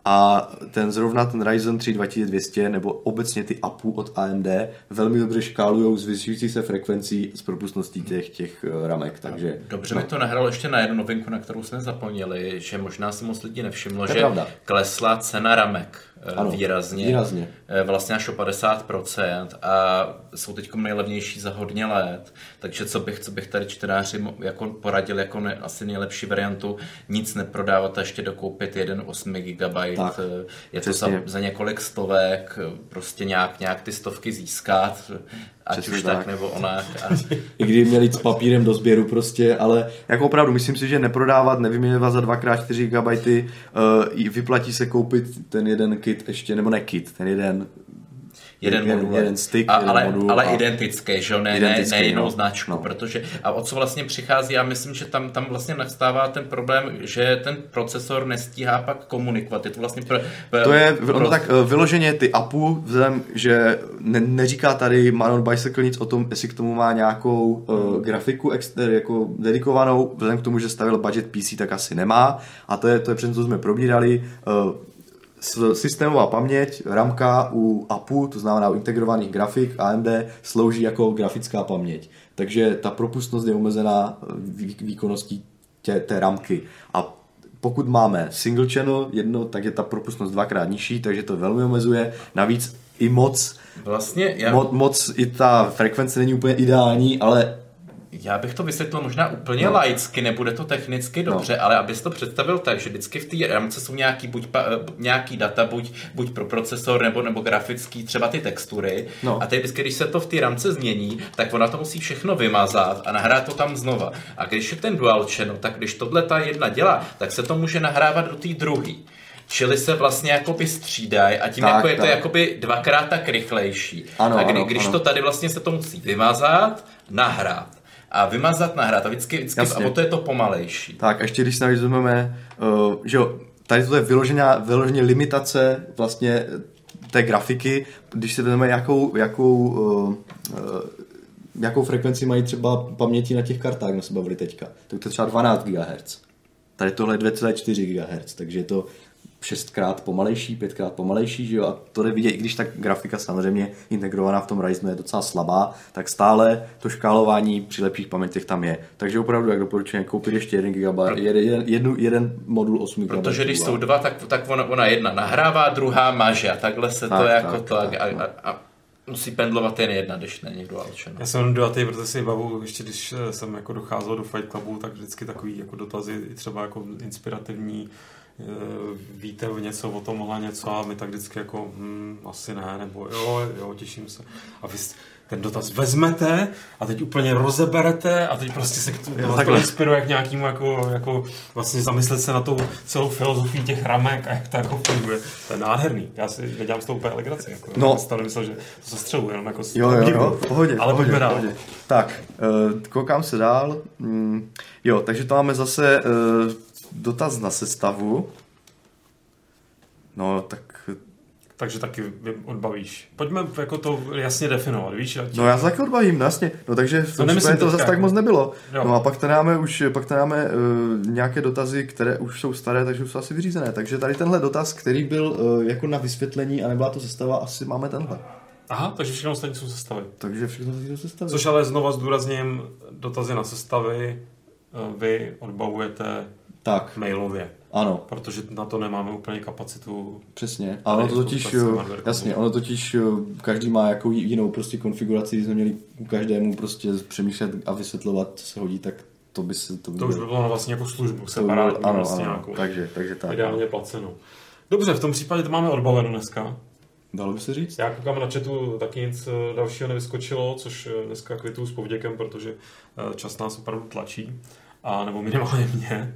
A ten zrovna ten Ryzen tři dva tisíce dvě stě nebo obecně ty A P U od A M D velmi dobře škálujou zvyšující se frekvencí s propustností těch, těch ramek. Takže, dobře no. mi to nahralo ještě na jednu novinku, na kterou jsme zapomněli, že možná si moc lidí nevšimlo, že pravda. klesla cena ramek ano, výrazně, výrazně, vlastně až o padesát procent a jsou teď nejlevnější za hodně let, takže co bych, co bych tady čtenáři jako poradil jako ne, asi nejlepší variantu, nic neprodávat a ještě dokoupit jeden osm gigabajt, tak, je to za, za několik stovek, prostě nějak, nějak ty stovky získat, ať přesně už tak, tak nebo onak. A... I kdy měli s papírem do sběru prostě, ale jako opravdu myslím si, že neprodávat, nevyměňovat za dva krát čtyři gigabajty, uh, vyplatí se koupit ten jeden kit ještě, nebo ne kit, ten jeden Jeden, jeden, modul, jeden stick, a, jeden ale, modul. Ale a... identický, že ne, identický, ne, ne jinou no. značku, no. protože a o co vlastně přichází, já myslím, že tam, tam vlastně nastává ten problém, že ten procesor nestíhá pak komunikovat. Je to vlastně pro, pro, to je, pro... ono tak vyloženě ty A P U, vzhledem, že ne, neříká tady Manon Bicycle nic o tom, jestli k tomu má nějakou uh, grafiku exter, jako dedikovanou, vzhledem k tomu, že stavil budget P C, tak asi nemá. A to je, to je přesně, co jsme probírali. Uh, Systémová paměť, ramka u A P U, to znamená u integrovaných grafik A M D, slouží jako grafická paměť. Takže ta propustnost je omezená výkonností tě, té ramky. A pokud máme single channel jedno, tak je ta propustnost dvakrát nižší, takže to velmi omezuje. Navíc i moc, vlastně já... mo, moc i ta frekvence není úplně ideální, ale já bych to vysvětlil možná úplně no. laicky, nebude to technicky dobře, no. ale abys to představil tak, že vždycky v té ramce jsou nějaký, buď pa, nějaký data, buď, buď pro procesor, nebo, nebo grafický, třeba ty textury. No. A teď vždycky, když se to v té ramce změní, tak ona to musí všechno vymazat a nahrát to tam znova. A když je ten dual channel, tak když tohle ta jedna dělá, tak se to může nahrávat do té druhé. Čili se vlastně jakoby střídají a tím tak, jako je tak. to jakoby dvakrát tak rychlejší. Ano, a kdy, ano, když ano. to tady vlastně se to musí vymazat, nahrát. A vymazat, nahrát a vždycky, vždycky a to je to pomalejší. Tak a ještě když si navíc vezmeme, uh, že jo, tady to je vyloženě limitace vlastně té grafiky, když si vezmeme jakou, jakou, uh, uh, jakou frekvenci mají třeba paměti na těch kartách, jsme se bavili teďka, tak to je třeba dvanáct gigahertzů. Tady tohle je dva celé čtyři gigahertz, takže je to šestkrát pomalejší, pětkrát pomalejší, že jo, a to jde vidět, i když ta grafika samozřejmě integrovaná v tom Ryzenu je docela slabá, tak stále to škálování při lepších pamětech tam je. Takže opravdu, jak doporučuji, koupit ještě jeden gigabajt, jeden, jeden, jeden modul osm gigabajtů. Protože když jsou dva, tak, tak ona, ona jedna nahrává, druhá maže a takhle se tak, to jako tak, to tak, a, a, a musí pendlovat jen jedna, když není dual channel. Já jsem dojatý, protože si bavu, ještě když jsem jako docházel do Fight Clubu, tak vždycky takový jako dotazy, třeba jako inspirativní, víte něco o tomhle něco a my tak vždycky jako hm, asi ne, nebo jo, jo, těším se. A vy, ten dotaz vezmete a teď úplně rozeberete a teď prostě se k tomu to inspiruje k nějakému jako, jako vlastně zamyslet se na tou celou filozofii těch ramek a jak to jako funguje. To je nádherný. Já si nedělám s tou úplně legraci. Jako, no. Já jsem myslel, že to se střeluje jenom jako jo, jo, jo, v pohodě, ale pohodě, pojďme dál. Pohodě. Tak, uh, koukám se dál. Mm, jo, takže to máme zase uh, dotaz na sestavu. No, tak... Takže taky odbavíš. Pojďme jako to jasně definovat, víš? Ať... No já se taky odbavím, no jasně. No takže v tom případě to zase tak moc nebylo. Jo. No a pak tady máme už, pak tady máme uh, nějaké dotazy, které už jsou staré, takže už jsou asi vyřízené. Takže tady tenhle dotaz, který byl uh, jako na vysvětlení a nebyla to sestava, asi máme tenhle. Aha, takže všechno ostatní jsou sestavy. Takže všechno ostatní jsou sestavy. Což ale znova zdůrazním, dotazy na sestavy vy odbavujete tak. mailově. Ano. Protože na to nemáme úplně kapacitu. Přesně. A ono to totiž, jasně, ono totiž každý má jako jinou prostě konfiguraci, když jsme měli u každému prostě přemýšlet a vysvětlovat, co se hodí, tak to by se... To, by to už by bylo vlastně jako službu, separátní ano, vlastně ano, nějakou. Takže, takže tak. Ideálně placenou. Dobře, v tom případě to máme odbaveno dneska. Dalo by se říct? Já koukám na chatu, taky nic dalšího nevyskočilo, což dneska kvituju s povděkem, protože čas nás opravdu tlačí, a nebo minimálně mě.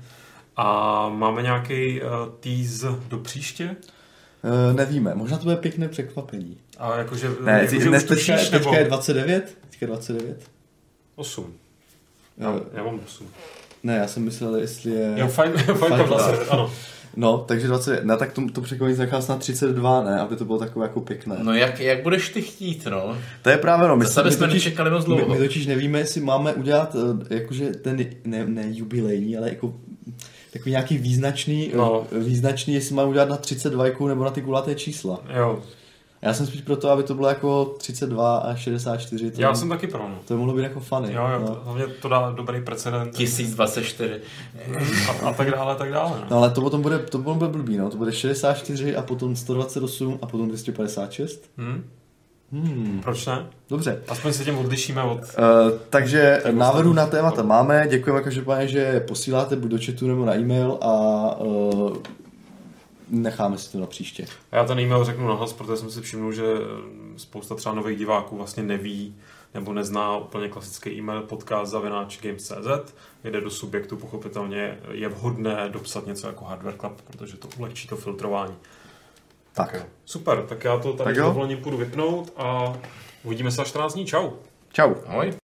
A máme nějaký uh, tease do příště? Uh, nevíme, možná to bude pěkné překvapení. A jakože... Ne, jakože teďka, tušíš, teďka nebo... je dvacet devět? Teďka je dvacet devět? osm. Já, uh, já mám osm. Ne, já jsem myslel, jestli je... Jo, fajn, fajn to vlastně, ano. No, takže dvacet devět. Ne, tak to, to překvapení nechal snad třicet dva, ne? Aby to bylo takové jako pěkné. No jak, jak budeš ty chtít, no? To je právě no. My, my, jsme totiž, nečekali moc dlouho. My, my totiž nevíme, jestli máme udělat jakože ten, ne, ne jubilejní, ale jako takový nějaký význačný, no. význačný, jestli máme udělat na třicet dva nebo na ty kulaté čísla. Jo. Já jsem spíš pro to, aby to bylo jako třicet dva a šedesát čtyři. Já jsem taky pro, no. To by mohlo být jako funny. Jo, jo, no. hlavně to dá dobrý precedent. tisíc dvacet čtyři. A, a tak dále, a tak dále. No. No ale to potom bude, to potom bude blbý, no. To bude šedesát čtyři a potom sto dvacet osm a potom dvě stě padesát šest. Hmm. Hmm. Proč ne? Dobře. Aspoň se tím odlišíme od... Uh, takže návrhu na témata máme. Děkujeme každopádně, že posíláte buď do chatu nebo na e-mail a uh, necháme si to na příště. Já ten e-mail řeknu nahlas, protože jsem si všiml, že spousta třeba nových diváků vlastně neví nebo nezná úplně klasický e-mail podcast zavináč games tečka cz, jde do subjektu, pochopitelně je vhodné dopsat něco jako Hardware Club, protože to ulehčí to filtrování. Tak. tak super, tak já to tady s dovolením půjdu vypnout a uvidíme se za čtrnáct dní. Čau. Čau. Ahoj.